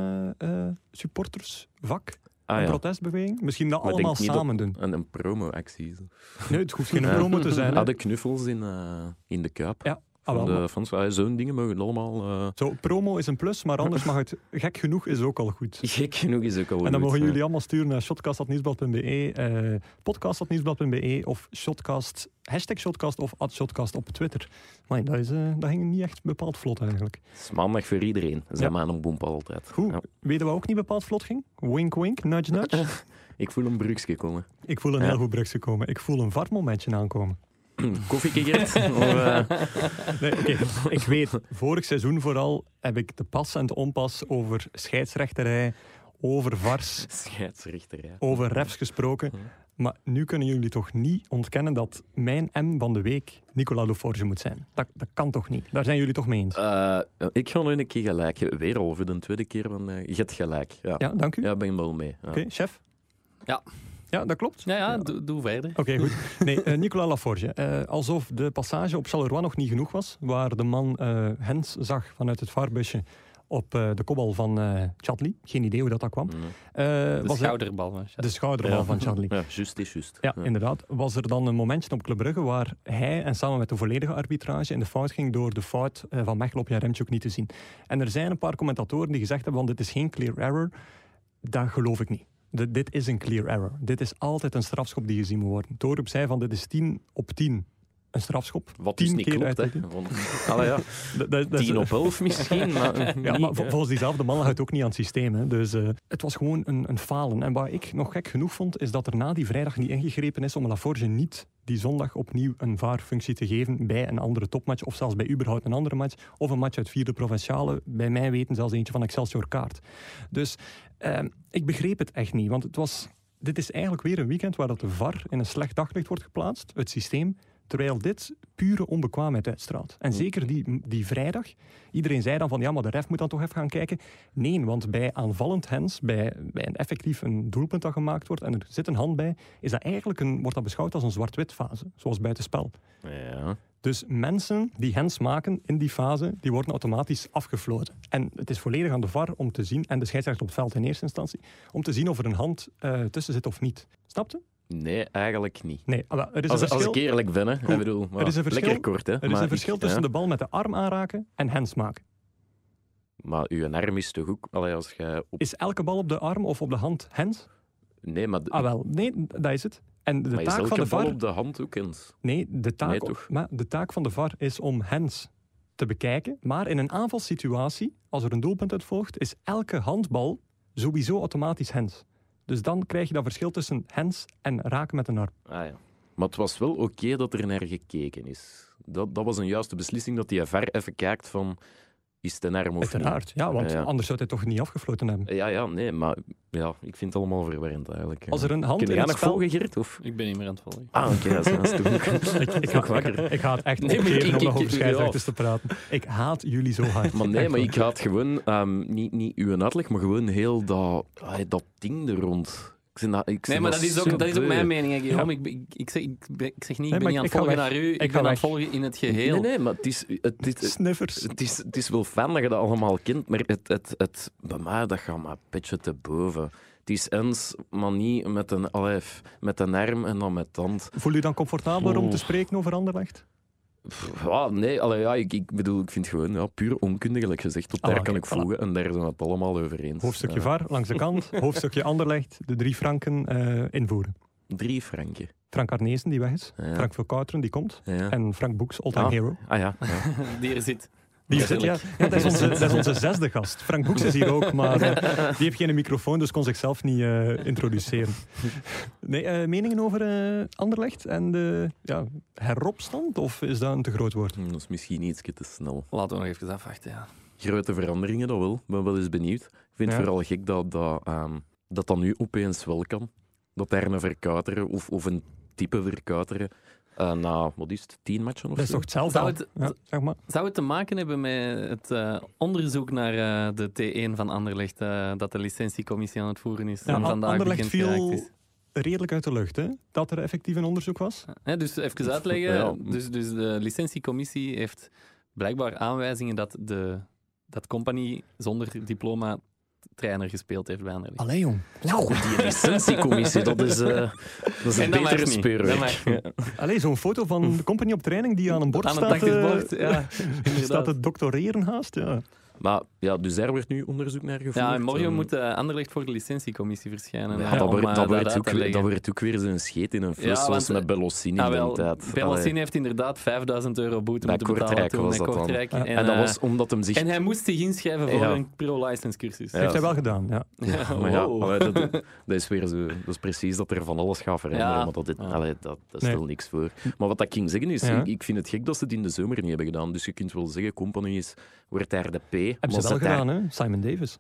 A: supportersvak.
B: Ah,
A: Een
B: ja.
A: protestbeweging. Misschien dat
B: Maar ik
A: allemaal
B: denk niet
A: samen doen.
B: En een promo-actie.
A: Nee, het hoeft geen promo te zijn. hè.
B: Ah, de knuffels in de Kuip.
A: Ja,
B: Van
A: wel,
B: de fans. Zo'n dingen mogen allemaal...
A: Zo, promo is een plus, maar anders mag het gek genoeg is ook al goed.
B: Gek genoeg is ook al
A: En dan
B: goed,
A: mogen
B: ja.
A: jullie allemaal sturen naar shotcast.nieuwsblad.be, podcast.nieuwsblad.be of shotcast, #shotcast of @shotcast op Twitter. Maar dat ging niet echt bepaald vlot eigenlijk.
B: Het is maandag voor iedereen. Dat
A: Ja.
B: is mijn boemp altijd.
A: Goed,
B: Ja.
A: weten we ook niet bepaald vlot ging? Wink wink, nudge nudge.
B: Ik voel een brugsje komen.
A: Ik voel een
B: Ja.
A: heel goed brugje komen. Ik voel een vartmomentje aankomen.
B: Koffie Gert?
A: Nee, oké. Ik weet, vorig seizoen vooral heb ik de pas en de onpas over scheidsrechterij, over VARs,
B: Scheidsrechterij.
A: over refs gesproken.
B: Ja.
A: Maar nu kunnen jullie toch niet ontkennen dat mijn M van de week Nicolas Leforge moet zijn. Dat kan toch niet? Daar zijn jullie toch mee eens?
B: Ik ga nog een keer gelijk. Weer al voor de tweede keer van je hebt gelijk. Ja,
A: Ja, dank u.
B: ja ben ik wel mee. Ja.
A: Oké, chef?
C: Ja.
A: Ja, dat klopt?
C: Ja, doe verder.
A: Oké, goed. Nee, Nicolas Laforge. Alsof de passage op Charleroi nog niet genoeg was, waar de man Hens zag vanuit het vaarbusje op de kopbal van Chadli. Geen idee hoe dat kwam.
C: De
A: Was
C: schouderbal. hè.
A: de schouderbal van Chadli.
B: Ja, juist is juist.
A: Ja, inderdaad. Was er dan een momentje op Club Brugge waar hij en samen met de volledige arbitrage in de fout ging door de fout van Mechelen op Jaremchuk niet te zien. En er zijn een paar commentatoren die gezegd hebben van dit is geen clear error. Dat geloof ik niet. Dit is een clear error. Dit is altijd een strafschop die gezien moet worden. Torup zei van dit is 10 op 10 een strafschop.
B: Wat dus
A: 10
B: niet
A: keer
B: klopt, hè.
A: uittikken.
B: Want, allee, ja,
A: Dat is-
B: 10 op 11 misschien, maar
A: Ja,
B: niet,
A: maar
B: hè.
A: volgens diezelfde man lag het ook niet aan het systeem. Hè. Dus het was gewoon een falen. En wat ik nog gek genoeg vond, is dat er na die vrijdag niet ingegrepen is om Laforge niet die zondag opnieuw een VAR-functie te geven bij een andere topmatch, of zelfs bij überhaupt een andere match, of een match uit vierde provinciale, bij mij weten zelfs eentje van Excelsior Kaart. Dus ik begreep het echt niet, want dit is eigenlijk weer een weekend waar dat de VAR in een slecht daglicht wordt geplaatst, het systeem, terwijl dit pure onbekwaamheid uitstraalt. En zeker die vrijdag. Iedereen zei dan van, ja, maar de ref moet dan toch even gaan kijken. Nee, want bij aanvallend hens, bij een effectief een doelpunt dat gemaakt wordt en er zit een hand bij, is dat eigenlijk wordt dat beschouwd als een zwart-wit fase, zoals buitenspel.
B: Ja.
A: Dus mensen die hens maken in die fase, die worden automatisch afgefloten. En het is volledig aan de VAR om te zien, en de scheidsrechter op het veld in eerste instantie, om te zien of er een hand tussen zit of niet. Snapte?
B: Nee, eigenlijk niet.
A: Nee, er is een
B: Als
A: verschil.
B: ik eerlijk ben, hè. Ik bedoel,
A: er is een verschil.
B: lekker kort, hè.
A: Er is
B: maar
A: een verschil tussen de bal met de arm aanraken en hens maken.
B: Maar uw arm is toch ook... Allee, als jij op...
A: Is elke bal op de arm of op de hand hens?
B: Nee, maar...
A: Ah wel, nee, dat is het. En de
B: maar is
A: taak
B: elke
A: van de
B: bal
A: VAR...
B: op de hand ook eens?
A: Nee,
B: Nee, toch?
A: maar de taak van de VAR is om hens te bekijken. Maar in een aanvalssituatie, als er een doelpunt uit volgt, is elke handbal sowieso automatisch hens. Dus dan krijg je dat verschil tussen hens en raken met een arm.
B: Ah ja. Maar het was wel oké dat er naar gekeken is. Dat was een juiste beslissing, dat die VAR even kijkt van... Is het een arm of
A: Uiteraard, ja, want
B: Ja.
A: anders zou hij toch niet afgefloten hebben.
B: niet? Ja, nee, maar ja, ik vind het allemaal verwarrend eigenlijk.
A: Als er een hand
B: Kun
A: in
B: jij
A: het
B: nog
A: spel...
B: volgen, Gert? Of?
C: Ik ben niet meer aan het volgen.
B: Ah, oké, dat is toch goed.
A: Ik ga het echt
B: Nee, maar
A: opgeven om nog over
B: ja.
A: scheidsrechters te praten. Ik haat jullie zo hard.
B: Maar nee,
A: Echt
B: maar
A: waar.
B: ik had gewoon, niet uw uitleg, maar gewoon heel dat ding er rond.
C: Nee, maar dat is ook mijn mening, hè, Guillaume. Ik zeg niet, ik ben niet aan het volgen naar u. Ik ben aan het volgen in het geheel.
B: Nee, maar
A: Sniffers.
B: het is wel fijn dat je dat allemaal kent, maar bij mij dat gaat maar een beetje te boven. Het is eens, maar niet met een arm en dan met tand.
A: Voel je dan comfortabeler om te spreken over Anderlecht?
B: Ja, nee, ik bedoel, ik vind het gewoon puur onkundig, gelijk gezegd. Tot daar kan ik voegen en daar zijn we het allemaal over eens.
A: Hoofdstukje VAR langs de kant, hoofdstukje Anderlecht, de 3 franken invoeren.
B: 3 franken.
A: Frank Arnezen, die weg is.
B: Ja.
A: Frank Verkouteren, die komt.
B: Ja.
A: En Frank Boeks, all-time hero.
B: Ja.
C: Die er zit.
A: Die zit, ja, dat is onze 6e gast. Frank Boeks is hier ook, maar die heeft geen microfoon, dus kon zichzelf niet introduceren. Nee, meningen over Anderlecht en de heropstand? Of is dat een te groot woord?
B: Dat is misschien iets te snel.
C: Laten we nog even afwachten, ja.
B: Grote veranderingen, dat wel. Ik ben wel eens benieuwd. Ik vind het vooral gek dat nu opeens wel kan. Dat daar een Verkouteren of een type Verkouteren na, 10 matchen of
A: Dat is
B: zo?
A: toch hetzelfde? Zeg maar.
C: Zou het te maken hebben met het onderzoek naar de T1 van Anderlecht dat de licentiecommissie aan het voeren is?
A: Ja,
C: en vandaag
A: Anderlecht
C: bekend geraakt
A: viel
C: is?
A: redelijk uit de lucht, hè? Dat er effectief een onderzoek was.
C: Ja, dus even uitleggen.
B: Ja.
C: Dus de licentiecommissie heeft blijkbaar aanwijzingen dat Company zonder diploma trainer gespeeld heeft bij Anderlecht.
A: Allee, jong.
B: Die licentiecommissie, dat is een
C: En dat mag
B: betere
C: niet.
B: speurwerk.
C: Dat mag niet.
A: Allee, zo'n foto van de company op training die aan een bord
C: Aan een
A: staat.
C: tactisch bord, ja.
A: Staat
C: Inderdaad.
A: te doctoreren haast, ja.
B: Maar ja, dus daar wordt nu onderzoek naar gevoerd.
C: Ja, en morgen moet Anderlecht voor de licentiecommissie verschijnen.
B: Ja, dat wordt
C: uitleggen.
B: ook weer zo'n scheet in een fles,
C: Ja,
B: zoals
C: want,
B: met Bellossini in de tijd.
C: Bellossini heeft inderdaad €5.000 boete
B: Bij
C: moeten betalen
B: Kortrijk
C: toen
B: was
C: met
B: dat dan.
C: Kortrijk.
A: Ja.
B: En dat was omdat hem zich...
C: En hij moest zich inschrijven voor
B: Ja.
C: een pro-license cursus.
B: Ja.
A: Heeft hij wel gedaan, ja.
B: Maar ja,
C: Wow.
B: dat is weer zo... Dat is precies dat er van alles gaat veranderen,
C: Ja.
B: maar dat
A: Nee.
B: stelt niks voor. Maar wat ik ging zeggen is,
A: Ja.
B: ik vind het gek dat ze het in de zomer niet hebben gedaan. Dus je kunt wel zeggen, Company wordt daar de P.
A: Hebben ze wel gedaan, hè? Simon Davis.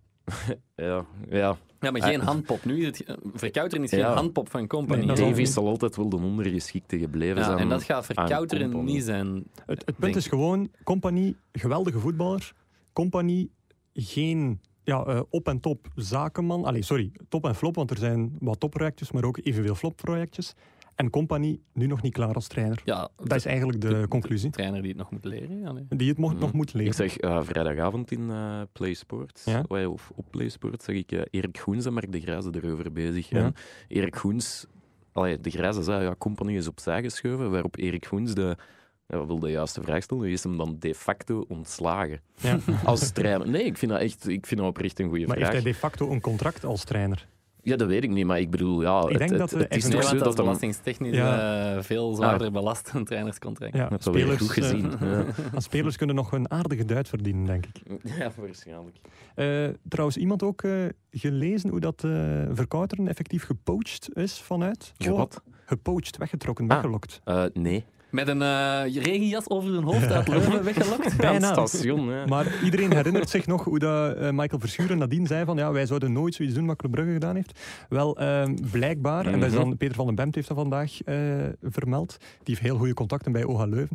B: Ja.
C: Ja, maar geen handpop. Nu is het, Verkouteren is geen
B: Ja.
C: handpop van Company.
A: Nee, dat is
B: Davies zal altijd wel de ondergeschikte gebleven
C: Ja,
B: zijn.
C: en dat gaat Verkouteren
B: Company.
C: niet zijn.
A: Het punt
C: Denk
A: is gewoon, Company, geweldige voetballer. Company, geen op- en top zakenman. Allee, sorry, top en flop, want er zijn wat topprojectjes, maar ook evenveel flopprojectjes. En Company nu nog niet klaar als trainer.
C: Ja,
A: Dat is eigenlijk de conclusie.
C: trainer die het nog moet leren. Ja, nee.
A: Die het nog moet
B: Ik
A: leren.
B: zeg vrijdagavond in Play Sports,
A: Ja.
B: of op Play Sports, zeg ik Erik Goens en Mark de Grijze erover bezig.
A: Ja.
B: En Erik Goens, de Grijze zei, ja, Company is opzij geschoven, waarop Erik Goens wil de juiste vraag stellen. Is hem dan de facto ontslagen
A: Ja.
B: als trainer? Nee, ik vind dat oprecht een goede
A: Maar
B: vraag.
A: heeft hij de facto een contract als trainer?
B: Ja, dat weet ik niet, maar ik bedoel, ja,
A: Ik denk dat
B: het is
A: even-
B: toch
C: Nee,
B: zo
C: want dat
B: dat
C: is
B: hem...
C: belastingstechnisch veel zwaarder belast dan een trainerscontract.
A: Ja,
B: Dat heb je goed gezien. Ja.
A: spelers kunnen nog een aardige duit verdienen, denk ik.
B: Ja, waarschijnlijk.
A: Trouwens, iemand ook gelezen hoe dat Verkouteren effectief gepoached is vanuit?
B: Wat?
A: Gepoached, weggetrokken,
B: Ah.
A: weggelokt.
B: Nee.
C: Met een regenjas over hun hoofd uit Leuven weggelokt.
A: Bijna.
B: Aan het station, hè.
A: Maar iedereen herinnert zich nog hoe dat, Michael Verschuren nadien zei van ja, wij zouden nooit zoiets doen wat Club Brugge gedaan heeft. Wel, blijkbaar, en dat is dan Peter van den Bemt heeft dat vandaag vermeld, die heeft heel goede contacten bij OHA Leuven.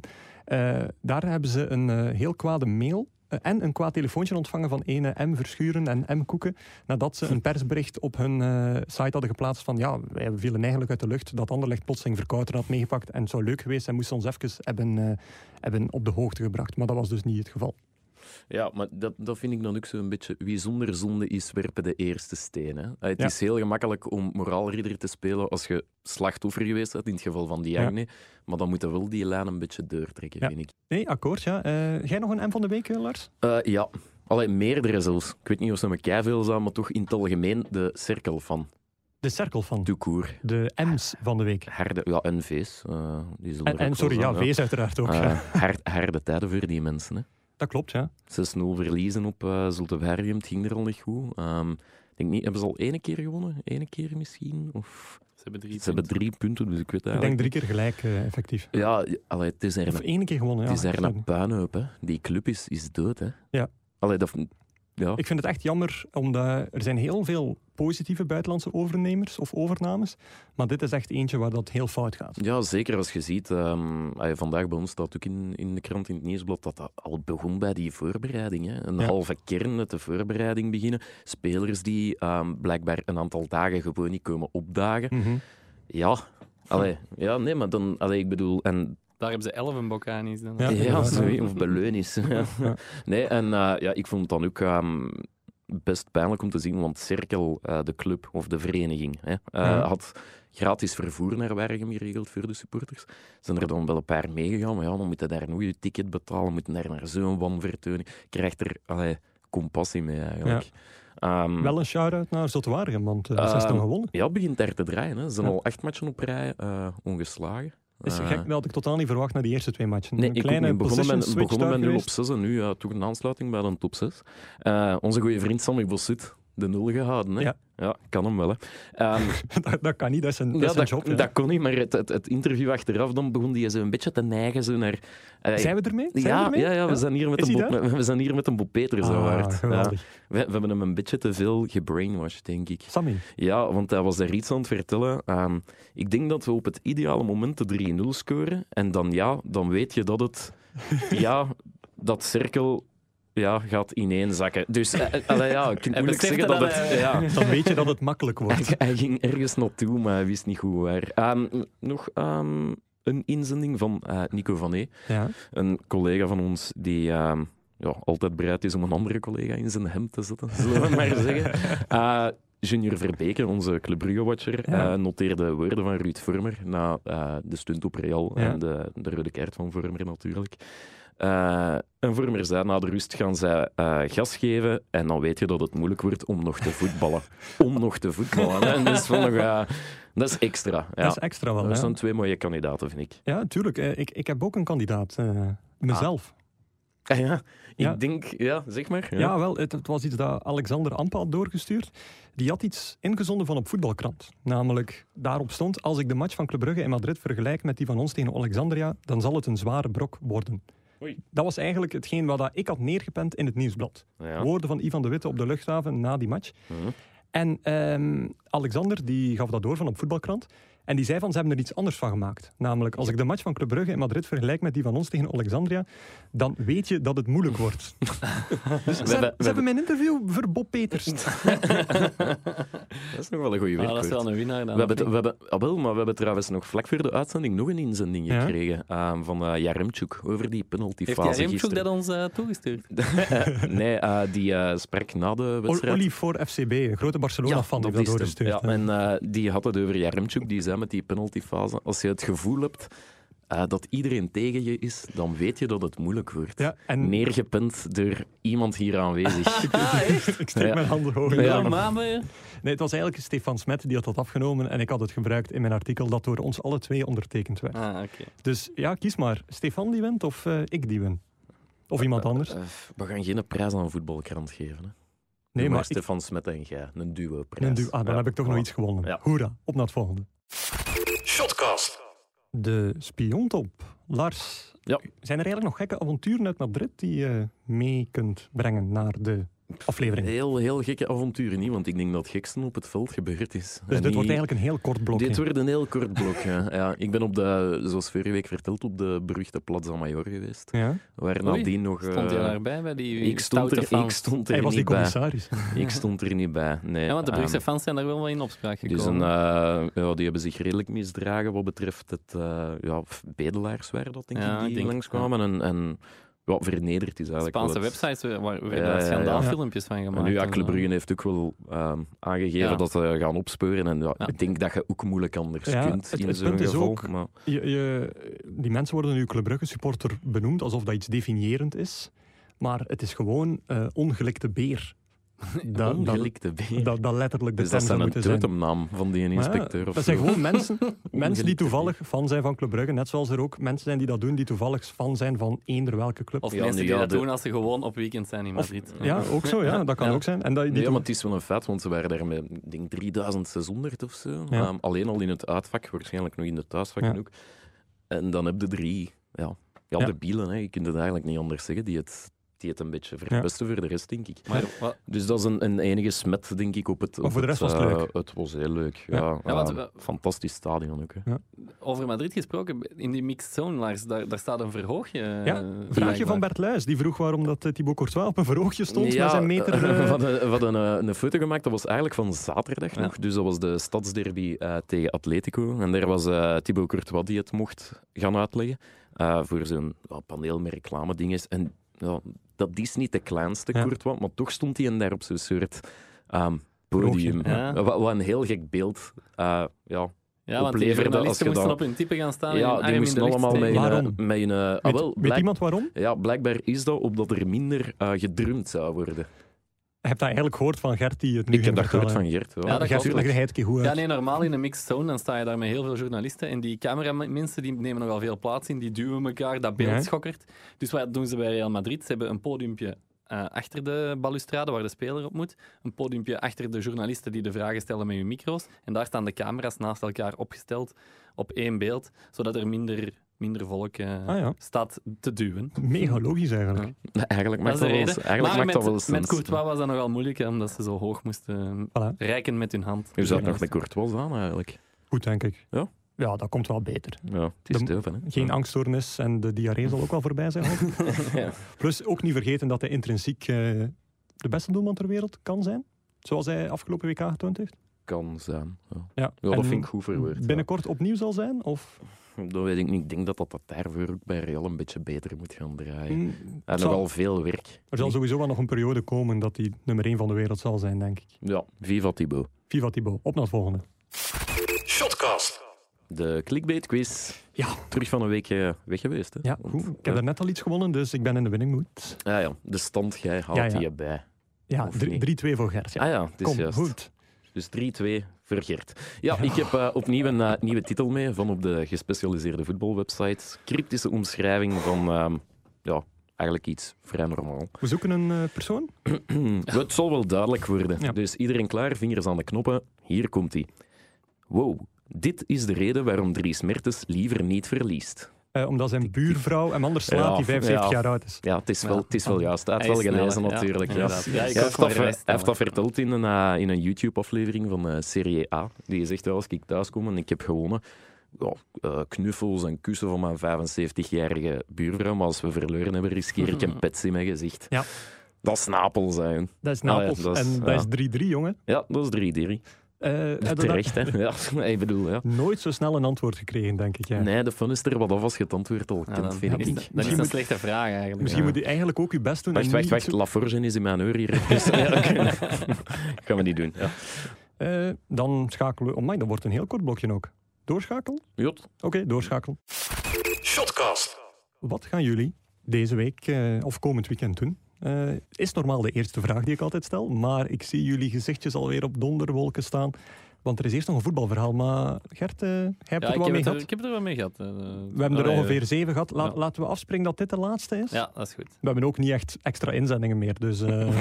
A: Daar hebben ze een heel kwade mail en een kwaad telefoontje ontvangen van ene M. Verschuren en M. Koeken, nadat ze een persbericht op hun site hadden geplaatst van ja, wij vielen eigenlijk uit de lucht dat Anderlecht plotseling Verkouteren had meegepakt en het zou leuk geweest zijn, moesten ons even hebben op de hoogte gebracht. Maar dat was dus niet het geval.
B: Ja, maar dat vind ik dan ook zo'n beetje... Wie zonder zonde is, werpen de eerste steen. Hè. Het is heel gemakkelijk om moraalridder te spelen als je slachtoffer geweest bent, in het geval van Diagne. Maar dan moeten we wel die lijn een beetje doortrekken, vind ik.
A: Nee, akkoord, ja. Jij nog een M van de week, Lars?
B: Ja, meerdere zelfs. Ik weet niet of ze met keiveel zijn, maar toch in het algemeen de cirkel van
A: De cirkel van.
B: tout court.
A: De M's van de week.
B: En V's. Die zullen er
A: En
B: ook
A: sorry,
B: wel
A: ja,
B: zijn,
A: V's uiteraard ook.
B: ja. Harde tijden voor die mensen, hè.
A: Dat klopt, ja.
B: 6-0 verliezen op Zulte Waregem, het ging er al niet goed. Ik denk niet, hebben ze al 1 keer gewonnen? 1 keer misschien? Of...
C: Ze
B: hebben 3 punten, dus ik weet
A: Ik denk
B: eigenlijk
A: 3 keer gelijk, effectief.
B: Ja, het is er
A: Of 1 keer gewonnen, ja.
B: het is er
A: Sorry.
B: een puinhoop, hè. Die club is dood, hè.
A: Ja.
B: Allee, Ja.
A: Ik vind het echt jammer, omdat er zijn heel veel positieve buitenlandse overnemers of overnames, maar dit is echt eentje waar dat heel fout gaat.
B: Ja, zeker als je ziet, vandaag bij ons staat ook in de krant, in het nieuwsblad, dat al begon bij die voorbereiding. Hè. Een halve kern met de voorbereiding beginnen. Spelers die blijkbaar een aantal dagen gewoon niet komen opdagen.
A: Mhm.
B: Maar dan, ik bedoel... En
C: Daar hebben ze 11 een Bocanis dan.
A: Ja.
B: of Beleunis. Nee, en ik vond het dan ook best pijnlijk om te zien, want Cerkel, de club of de vereniging, had gratis vervoer naar Waregem geregeld voor de supporters. Zijn er dan wel een paar meegegaan, maar dan moet je daar nog je ticket betalen, moet je daar naar zo'n wanvertoning. Krijgt er compassie mee eigenlijk.
A: Wel een shout-out naar Zotwaregem, want ze is dan gewonnen.
B: Ja, het begint daar te draaien. Hè. Ze zijn al 8 matchen op rij ongeslagen.
A: Is gek, dat had ik totaal niet verwacht na die eerste 2 matchen.
B: Nee,
A: een
B: ik
A: kleine
B: ook niet. Begonnen met 0 op
A: geweest.
B: 6 en nu toch een aansluiting bij een top 6. Onze goede vriend Sammy Bossut, de 0 gehouden. Hè? Ja, kan hem wel. Hè.
A: dat kan niet, dat is een job. Ja.
B: Dat kon niet, maar het interview achteraf, dan begon hij zo een beetje te neigen. Zo naar,
A: zijn we ermee?
B: We zijn hier met een Bob Peters.
A: Geweldig.
B: We hebben hem een beetje te veel gebrainwashed, denk ik.
A: Sammy.
B: Ja, want hij was daar iets aan het vertellen. Ik denk dat we op het ideale moment de 3-0 scoren. En dan weet je dat het... dat Cerkel... gaat ineenzakken. Dus je kunt moeilijk zeggen dat het...
A: Dan weet je dat het makkelijk wordt.
B: Hij ging ergens naartoe, maar hij wist niet goed waar. Nog een inzending van Nico van E.
A: Ja.
B: Een collega van ons die altijd bereid is om een andere collega in zijn hemd te zetten, zullen we maar zeggen. Junior Verbeke, onze Club Brugge-watcher, noteerde woorden van Ruud Vormer na de stunt op Real en de rode kaart van Vormer natuurlijk. En Vormer zei, na de rust gaan zij gas geven en dan weet je dat het moeilijk wordt om nog te voetballen. Hè. En dat is extra. Ja.
A: Dat is extra wel.
B: Dat zijn 2 mooie kandidaten, vind ik.
A: Ja, tuurlijk. Ik heb ook een kandidaat. Mezelf.
B: Ik denk, zeg maar.
A: Ja, wel, het was iets dat Alexander Ampa had doorgestuurd. Die had iets ingezonden van op Voetbalkrant. Namelijk, daarop stond, als ik de match van Club Brugge in Madrid vergelijk met die van ons tegen Alexandria, dan zal het een zware brok worden.
B: Oei.
A: Dat was eigenlijk hetgeen wat ik had neergepend in het nieuwsblad.
B: Ja.
A: Woorden van Ivan de Witte op de luchthaven na die match. En Alexander die gaf dat door van op Voetbalkrant. En die zei van, ze hebben er iets anders van gemaakt. Namelijk, als ik de match van Club Brugge in Madrid vergelijk met die van ons tegen Alexandria, dan weet je dat het moeilijk wordt. Dus ze hebben mijn interview voor Bob Peters.
B: Dat is nog wel een goede werkwoord.
C: Dat is wel een winnaar dan.
B: Maar we hebben trouwens nog vlak voor de uitzending nog een inzending gekregen van Jaremchuk over die penaltyfase
C: Heeft Jaremchuk
B: gisteren.
C: dat ons toegestuurd?
B: Nee, die sprak na de wedstrijd.
A: Oli voor FCB, een grote Barcelona-fan die dat doorgestuurd.
B: Ja, en die had het over Jaremchuk, die zei met die penaltyfase, als je het gevoel hebt dat iedereen tegen je is, dan weet je dat het moeilijk wordt.
A: Ja, en...
B: Neergepend door iemand hier aanwezig.
A: Ik steek mijn handen hoog.
C: Nee,
A: het was eigenlijk Stefan Smet die had dat afgenomen en ik had het gebruikt in mijn artikel dat door ons alle 2 ondertekend werd.
C: Okay.
A: Dus ja, kies maar. Stefan die wint of ik die win? Of iemand anders?
B: We gaan geen prijs aan een voetbalkrant geven. Hè?
A: Nee, maar
B: Stefan Smet en jij, een duo-prijs.
A: Dan heb ik toch nog iets gewonnen.
B: Ja.
A: Hoera, op naar het volgende.
F: Shotcast.
A: De spiontop. Lars,
B: Ja.
A: zijn er eigenlijk nog gekke avonturen uit Madrid die je mee kunt brengen naar de aflevering?
B: Heel gekke avonturen niet, want ik denk dat het gekste op het veld gebeurd is.
A: Dus dit wordt eigenlijk een heel kort blokje.
B: Dit wordt een heel kort blok, ja. Ik ben zoals vorige week verteld, op de beruchte Plaza Mayor geweest.
A: Ja?
B: Waar nadien nog...
C: Stond jij daarbij bij die
B: ik stond er
A: Hij was die
B: niet bij.
A: commissaris.
B: Ik stond er niet bij, nee.
C: Ja, want de Brugse fans zijn daar wel in opspraak
B: Dus
C: gekomen.
B: die hebben zich redelijk misdragen wat betreft het... bedelaars waren dat, denk ik, die langskwamen. En vernederd is eigenlijk
C: Spaanse
B: wel het...
C: websites werden daar schandaalfilmpjes van gemaakt.
B: En nu, Club Brugge heeft ook wel aangegeven dat ze gaan opsporen. En ik denk dat je ook moeilijk anders kunt in zo'n
A: punt is
B: geval.
A: ook,
B: Maar...
A: die mensen worden nu Club Brugge supporter benoemd alsof dat iets definiërend is. Maar het is gewoon ongelikte beer.
B: Ongelikte beer.
A: Dat letterlijk de
B: dus dat
A: term
B: is
A: moeten zijn.
B: een totemnaam van die inspecteur.
A: Dat zijn gewoon mensen die toevallig fan zijn van Club Brugge. Net zoals er ook mensen zijn die dat doen, die toevallig fan zijn van eender welke club.
C: Of mensen die dat doen als ze gewoon op weekend zijn in Madrid.
A: Ja, ook zo. Ja, dat kan ook zijn. En dat,
B: maar het is wel een feit, want ze waren daar met, ik denk, 3600 of zo.
A: Ja.
B: Alleen al in het uitvak, waarschijnlijk nog in de thuisvakken ook. En dan heb je 3 debielen, hè. Je kunt het eigenlijk niet anders zeggen, die het die het een beetje verpesten voor de rest, denk ik.
C: Maar wat,
B: Dus dat is een enige smet, denk ik, op het...
A: Maar voor de rest was het leuk.
B: Het was heel leuk,
A: Ja.
B: fantastisch stadion ook. Hè.
C: over Madrid gesproken, in die mixed zone, Lars, daar staat een verhoogje.
A: Vraagje
C: blijkbaar.
A: van Bert Luijs. Die vroeg waarom dat Thibaut Courtois op een verhoogje stond met zijn meter...
B: We hadden een foto gemaakt, dat was eigenlijk van zaterdag nog. Dus dat was de stadsderby tegen Atletico. En daar was Thibaut Courtois die het mocht gaan uitleggen. Voor zo'n paneelmerk dinges. En dat is niet de kleinste Courtois, maar toch stond hij daar op zo'n soort podium.
C: Ja.
B: Wat een heel gek beeld
C: Ja, want die
B: opleverde als
C: journalisten
B: je
C: moesten
B: dat...
C: op hun type gaan staan.
B: Ja, die moesten allemaal met
A: Waarom?
B: een...
A: Weet iemand waarom?
B: Ja, blijkbaar is dat opdat er minder gedrumd zou worden.
A: Je hebt dat eigenlijk gehoord van Gert die het nu
B: Ik heb dat
A: ging
B: gehoord
A: vertellen.
B: van Gert.
C: Ja, dat
A: Gert,
C: klopt.
A: leg hij het een keer goed uit.
C: Ja, nee, normaal in een mixed zone dan sta je daar met heel veel journalisten en die cameramensen die nemen nogal veel plaats in, die duwen elkaar, dat beeld schokkert. Dus wat doen ze bij Real Madrid? Ze hebben een podiumpje achter de balustrade waar de speler op moet, een podiumpje achter de journalisten die de vragen stellen met hun micro's en daar staan de camera's naast elkaar opgesteld op één beeld, zodat er minder volk staat te duwen.
A: Mega logisch eigenlijk.
B: Eigenlijk
C: Dat
B: mag
C: is de
B: dat
C: reden.
B: wel
C: Maar
B: eens.
C: met Courtois was dat nogal moeilijk, hè, omdat ze zo hoog moesten reiken met hun hand.
B: Hoe zou het nog met Courtois aan eigenlijk?
A: Goed, denk ik.
B: Ja?
A: Ja, dat komt wel beter.
B: Ja, het is stil van, hè?
A: Geen angststoornis en de diarree zal ook wel voorbij zijn.
B: Ja.
A: Plus ook niet vergeten dat hij intrinsiek de beste doelman ter wereld kan zijn. Zoals hij afgelopen WK getoond heeft.
B: Kan zijn. Ja,
A: Ja,
B: dat
A: en
B: vind ik goed verwoord.
A: binnenkort opnieuw zal zijn? Of?
B: Dat weet ik niet. Ik denk dat daarvoor ook bij Real een beetje beter moet gaan draaien. En
A: zal-
B: nogal veel werk.
A: Er zal sowieso wel nog een periode komen dat hij nummer 1 van de wereld zal zijn, denk ik.
B: Ja, viva Thibaut.
A: Viva Thibaut. Op naar het volgende.
F: Shotcast.
B: De clickbait quiz.
A: Ja.
B: Terug van een week weg geweest. Hè?
A: Ja, goed. Ik heb daarnet al iets gewonnen, dus ik ben in de winning mood.
B: Ja, de stand, jij haalt die erbij.
A: Ja,
B: Of niet?
A: 3-2 voor Gert. Ja.
B: Het is
A: Kom,
B: juist.
A: goed.
B: Dus 3-2 voor Gert. Ja, ik heb opnieuw een nieuwe titel mee van op de gespecialiseerde voetbalwebsite. Cryptische omschrijving van eigenlijk iets vrij normaal.
A: We zoeken een persoon.
B: Het zal wel duidelijk worden.
A: Ja.
B: Dus iedereen klaar, vingers aan de knoppen. Hier komt hij. Wow, dit is de reden waarom Dries Mertens liever niet verliest.
A: Omdat zijn buurvrouw hem anders slaat die 75 jaar oud is.
B: Ja, het is wel juist. Hij had wel gelezen natuurlijk. Ja.
C: Ja,
B: Hij heeft dat verteld in een YouTube-aflevering van Serie A. Die zegt, als ik thuis kom en ik heb gewonnen, knuffels en kussen van mijn 75-jarige buurvrouw, maar als we verloren hebben, riskeer ik een pets in mijn gezicht.
A: Ja.
B: Dat is Napels, hè.
A: Dat is Napels. Dat is 3-3, jongen.
B: Ja, dat is 3-3. Terecht, hè. Ja, ik bedoel, ja.
A: Nooit zo snel een antwoord gekregen, denk ik. Ja.
B: Nee, de fun is er wat af als je het antwoord al kent, vind ik.
C: Dat is een slechte vraag eigenlijk.
A: Misschien moet je eigenlijk ook je best doen.
B: Wacht. Laforge is in mijn oor hier. Dus, gaan we niet doen. Ja.
A: Dan schakelen we... Dat wordt een heel kort blokje ook. Doorschakelen?
B: Jot.
A: Oké, doorschakelen.
F: Shotcast.
A: Wat gaan jullie deze week of komend weekend doen? Is normaal de eerste vraag die ik altijd stel, maar ik zie jullie gezichtjes alweer op donderwolken staan. Want er is eerst nog een voetbalverhaal, maar Gert, jij hebt er wel mee gehad.
C: Ik heb er wel mee gehad.
A: We hebben er ongeveer 7 gehad. Laten we afspringen dat dit de laatste is.
C: Ja, dat is goed.
A: We hebben ook niet echt extra inzendingen meer, dus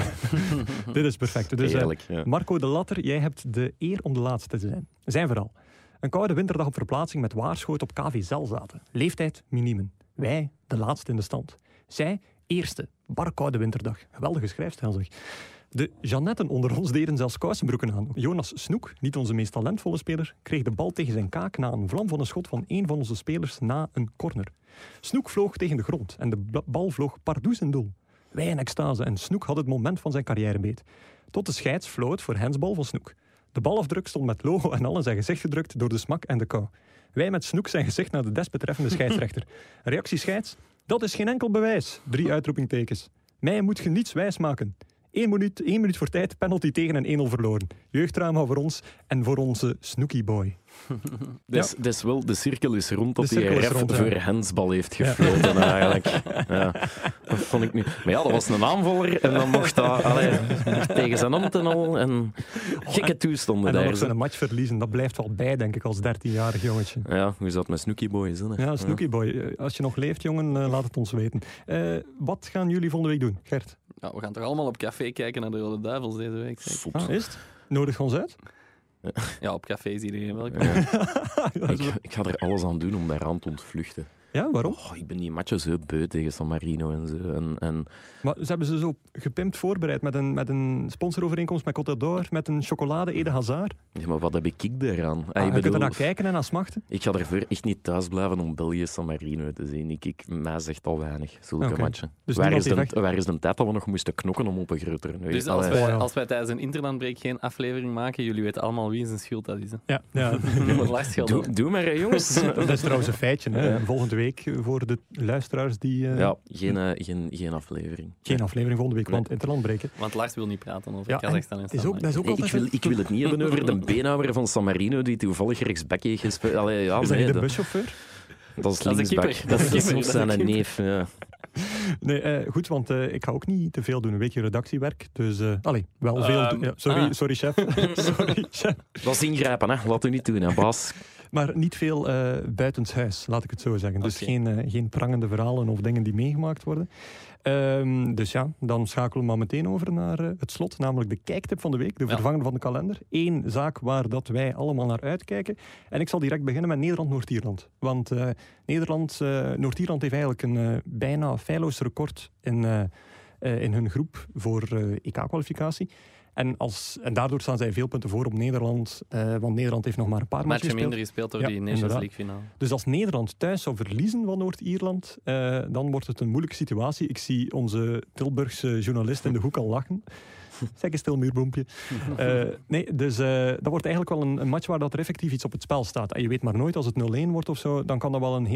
A: dit is perfect. Dus,
B: Heerlijk, ja.
A: Marco de Latter, jij hebt de eer om de laatste te zijn. Zijn verhaal. Een koude winterdag op verplaatsing met waarschoot op KV Zelzaten. Leeftijd minimen. Wij, de laatste in de stand. Zij, eerste, bar koude winterdag. Geweldige schrijfstijl zeg. De Jeannetten onder ons deden zelfs kousenbroeken aan. Jonas Snoek, niet onze meest talentvolle speler, kreeg de bal tegen zijn kaak na een vlam van een schot van een van onze spelers na een corner. Snoek vloog tegen de grond en de bal vloog pardoes in doel. Wij in extase en Snoek had het moment van zijn carrière beet. Tot de scheids floot voor handsbal van Snoek. De balafdruk stond met logo en al in zijn gezicht gedrukt door de smak en de kou. Wij met Snoek zijn gezicht naar de desbetreffende scheidsrechter. Reactie scheids? Dat is geen enkel bewijs. 3 uitroepingtekens. Mij moet je niets wijsmaken. 1 minuut voor tijd, penalty tegen en 1-0 verloren. Jeugdtrauma voor ons en voor onze Snooky Boy.
B: Dus wel, de cirkel is rond dat
A: De
B: hij
A: cirkel is
B: ref
A: rond,
B: voor handsbal heeft gefloten eigenlijk. Ja, dat vond ik nu. Maar ja, dat was een aanvaller en dan mocht dat mocht tegen zijn hand en al. En gekke toestanden
A: En dan
B: daar.
A: nog een match verliezen, dat blijft wel bij, denk ik, als 13-jarig jongetje.
B: Ja, hoe zat het met Snooky Boys? Hè?
A: Ja, Snooky Boy. Als je nog leeft, jongen, laat het ons weten. Wat gaan jullie volgende week doen, Gert?
C: Ja, we gaan toch allemaal op café kijken naar de Rode Duivels deze week. Zeker?
A: Is het? Nodig ons uit?
C: Ja, op café is iedereen welkom.
B: Ik ga er alles aan doen om daaraan te ontvluchten.
A: Ja, waarom?
B: Oh, ik ben die matchen zo beu tegen San Marino en zo. En
A: Maar ze hebben ze zo gepimpt voorbereid met een sponsorovereenkomst met Côte d'Or, met een chocolade Eden Hazard.
B: ja, maar wat heb ik daaraan?
A: Je kunt er naar kijken en naar smachten.
B: Ik ga ervoor echt niet thuis blijven om België-San Marino te zien. Mij zegt al weinig, zulke
A: Oké.
B: matchen.
A: Dus
B: waar,
A: niemand
B: is
A: heeft
B: de, waar is de tijd dat we nog moesten knokken om op een grotere neus?
C: Dus als wij tijdens een interlandbreak geen aflevering maken, jullie weten allemaal wie zijn schuld dat is. Hè?
A: Ja.
C: Niemand lacht schuld.
B: Doe maar, hè, jongens.
A: Dat is trouwens een feitje. Hè. Volgende week voor de luisteraars die...
B: Ja, geen aflevering.
A: Geen aflevering volgende week, want interland breken.
C: Want Lars wil niet praten over
A: Ja,
C: Kazachstan en
A: Is ook, dat is ook
B: Nee,
A: altijd...
B: ik wil het niet hebben over de beenhouwer van San Marino die toevallig rechtsback heeft gespeeld. Allee, ja,
A: Is dat
B: nee,
A: niet de buschauffeur?
B: dat is
C: Dat is de
B: linksback.
C: keeper.
B: Dat is
C: Dat is de
B: nog zijn
C: keeper.
B: neef. Ja.
A: Nee, goed, want ik ga ook niet te veel doen. Een weekje redactiewerk. Dus, wel veel doen. Ja, sorry, chef. Sorry, chef.
B: Dat is ingrijpen, hè. Laat u niet doen, hè, baas.
A: Maar niet veel buitenshuis, laat ik het zo zeggen. Dus
C: Oké.
A: geen prangende verhalen of dingen die meegemaakt worden. Dus ja, dan schakelen we maar meteen over naar het slot, namelijk de kijktip van de week, de vervanger van de kalender. Eén zaak waar dat wij allemaal naar uitkijken. En ik zal direct beginnen met Nederland-Noord-Ierland. Want Noord-Ierland heeft eigenlijk een bijna feilloos record in hun groep voor EK-kwalificatie. En daardoor staan zij veel punten voor op Nederland, want Nederland heeft nog maar een paar matchen
C: Matchen
A: gespeeld.
C: minder gespeeld door
A: Ja,
C: die Nations
A: inderdaad.
C: League finale.
A: Dus als Nederland thuis zou verliezen van Noord-Ierland, dan wordt het een moeilijke situatie. Ik zie onze Tilburgse journalist in de hoek al lachen. Zeg een stil muurboompje. Dus dat wordt eigenlijk wel een match waar dat er effectief iets op het spel staat. En je weet maar nooit, als het 0-1 wordt of zo, dan kan dat wel een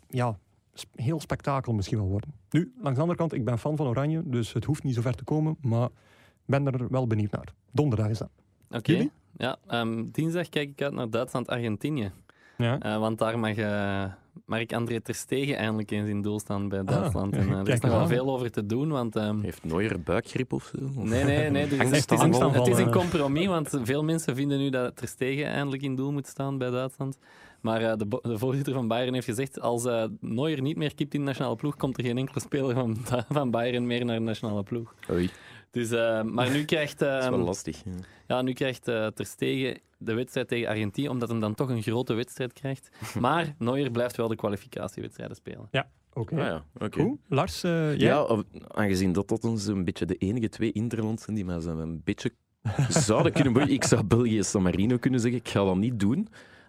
A: heel spektakel misschien wel worden. Nu, langs de andere kant, ik ben fan van Oranje, dus het hoeft niet zo ver te komen, maar ik ben er wel benieuwd naar. Donderdag is dat.
C: Oké.
A: Jullie?
C: Ja, dinsdag kijk ik uit naar Duitsland-Argentinië.
A: Ja.
C: Want daar mag Marc-André ter Stegen eindelijk eens in doel staan bij Duitsland. En, er is
A: kijk
C: nog wel
A: aan.
C: veel over te doen, want...
B: Heeft Neuer buikgriep of zo? Of-
C: Nee. Het is
A: Angstaanval,
C: een compromis, want veel mensen vinden nu dat ter Stegen eindelijk in doel moet staan bij Duitsland. Maar de voorzitter van Bayern heeft gezegd, als Neuer niet meer kipt in de nationale ploeg, komt er geen enkele speler van Bayern meer naar de nationale ploeg.
B: Oei,
C: Dus, maar nu krijgt...
B: dat is wel lastig. Ja.
C: nu krijgt ter Stegen de wedstrijd tegen Argentinië, omdat hij dan toch een grote wedstrijd krijgt. Maar Neuer blijft wel de kwalificatiewedstrijden spelen.
A: Oké.
B: Ah, ja, oké.
A: Goed. Lars, jij?
B: Ja, aangezien dat ons een beetje de enige twee interlands zijn die mij zo een beetje zouden kunnen boeien. Ik zou België-San Marino kunnen zeggen, ik ga dat niet doen.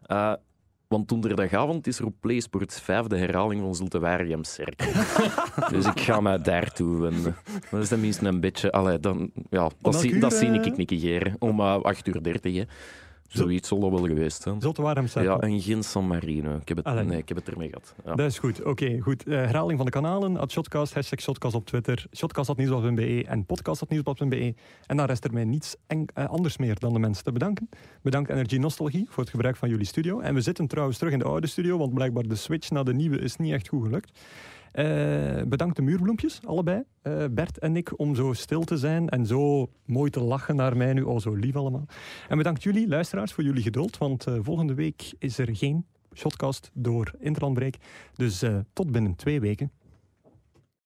B: Want donderdagavond is er op PlaySports 5 de herhaling van Zulte Waregem Cercle. Dus ik ga mij daartoe wenden. Dat is tenminste een beetje... Allee, dat zie ik niet keer. Om 8:30 hè. Zoiets zal dat wel geweest zijn.
A: Zulte Waregem Cercle.
B: Ja, en geen San Marino. Ik heb het ermee gehad. Ja.
A: Dat is goed. Oké, goed. Herhaling van de kanalen. @Shotcast, #Shotcast op Twitter, shotcast@nieuwsblad.be en podcast@nieuwsblad.be. En dan rest er mij niets anders meer dan de mensen te bedanken. Bedankt Energy Nostalgie voor het gebruik van jullie studio. En we zitten trouwens terug in de oude studio, want blijkbaar de switch naar de nieuwe is niet echt goed gelukt. Bedankt de muurbloempjes, allebei. Bert en ik, om zo stil te zijn en zo mooi te lachen naar mij nu. Oh, zo lief allemaal. En bedankt jullie, luisteraars, voor jullie geduld. Want volgende week is er geen Shotcast door Interlandbreak. Dus tot binnen 2 weken.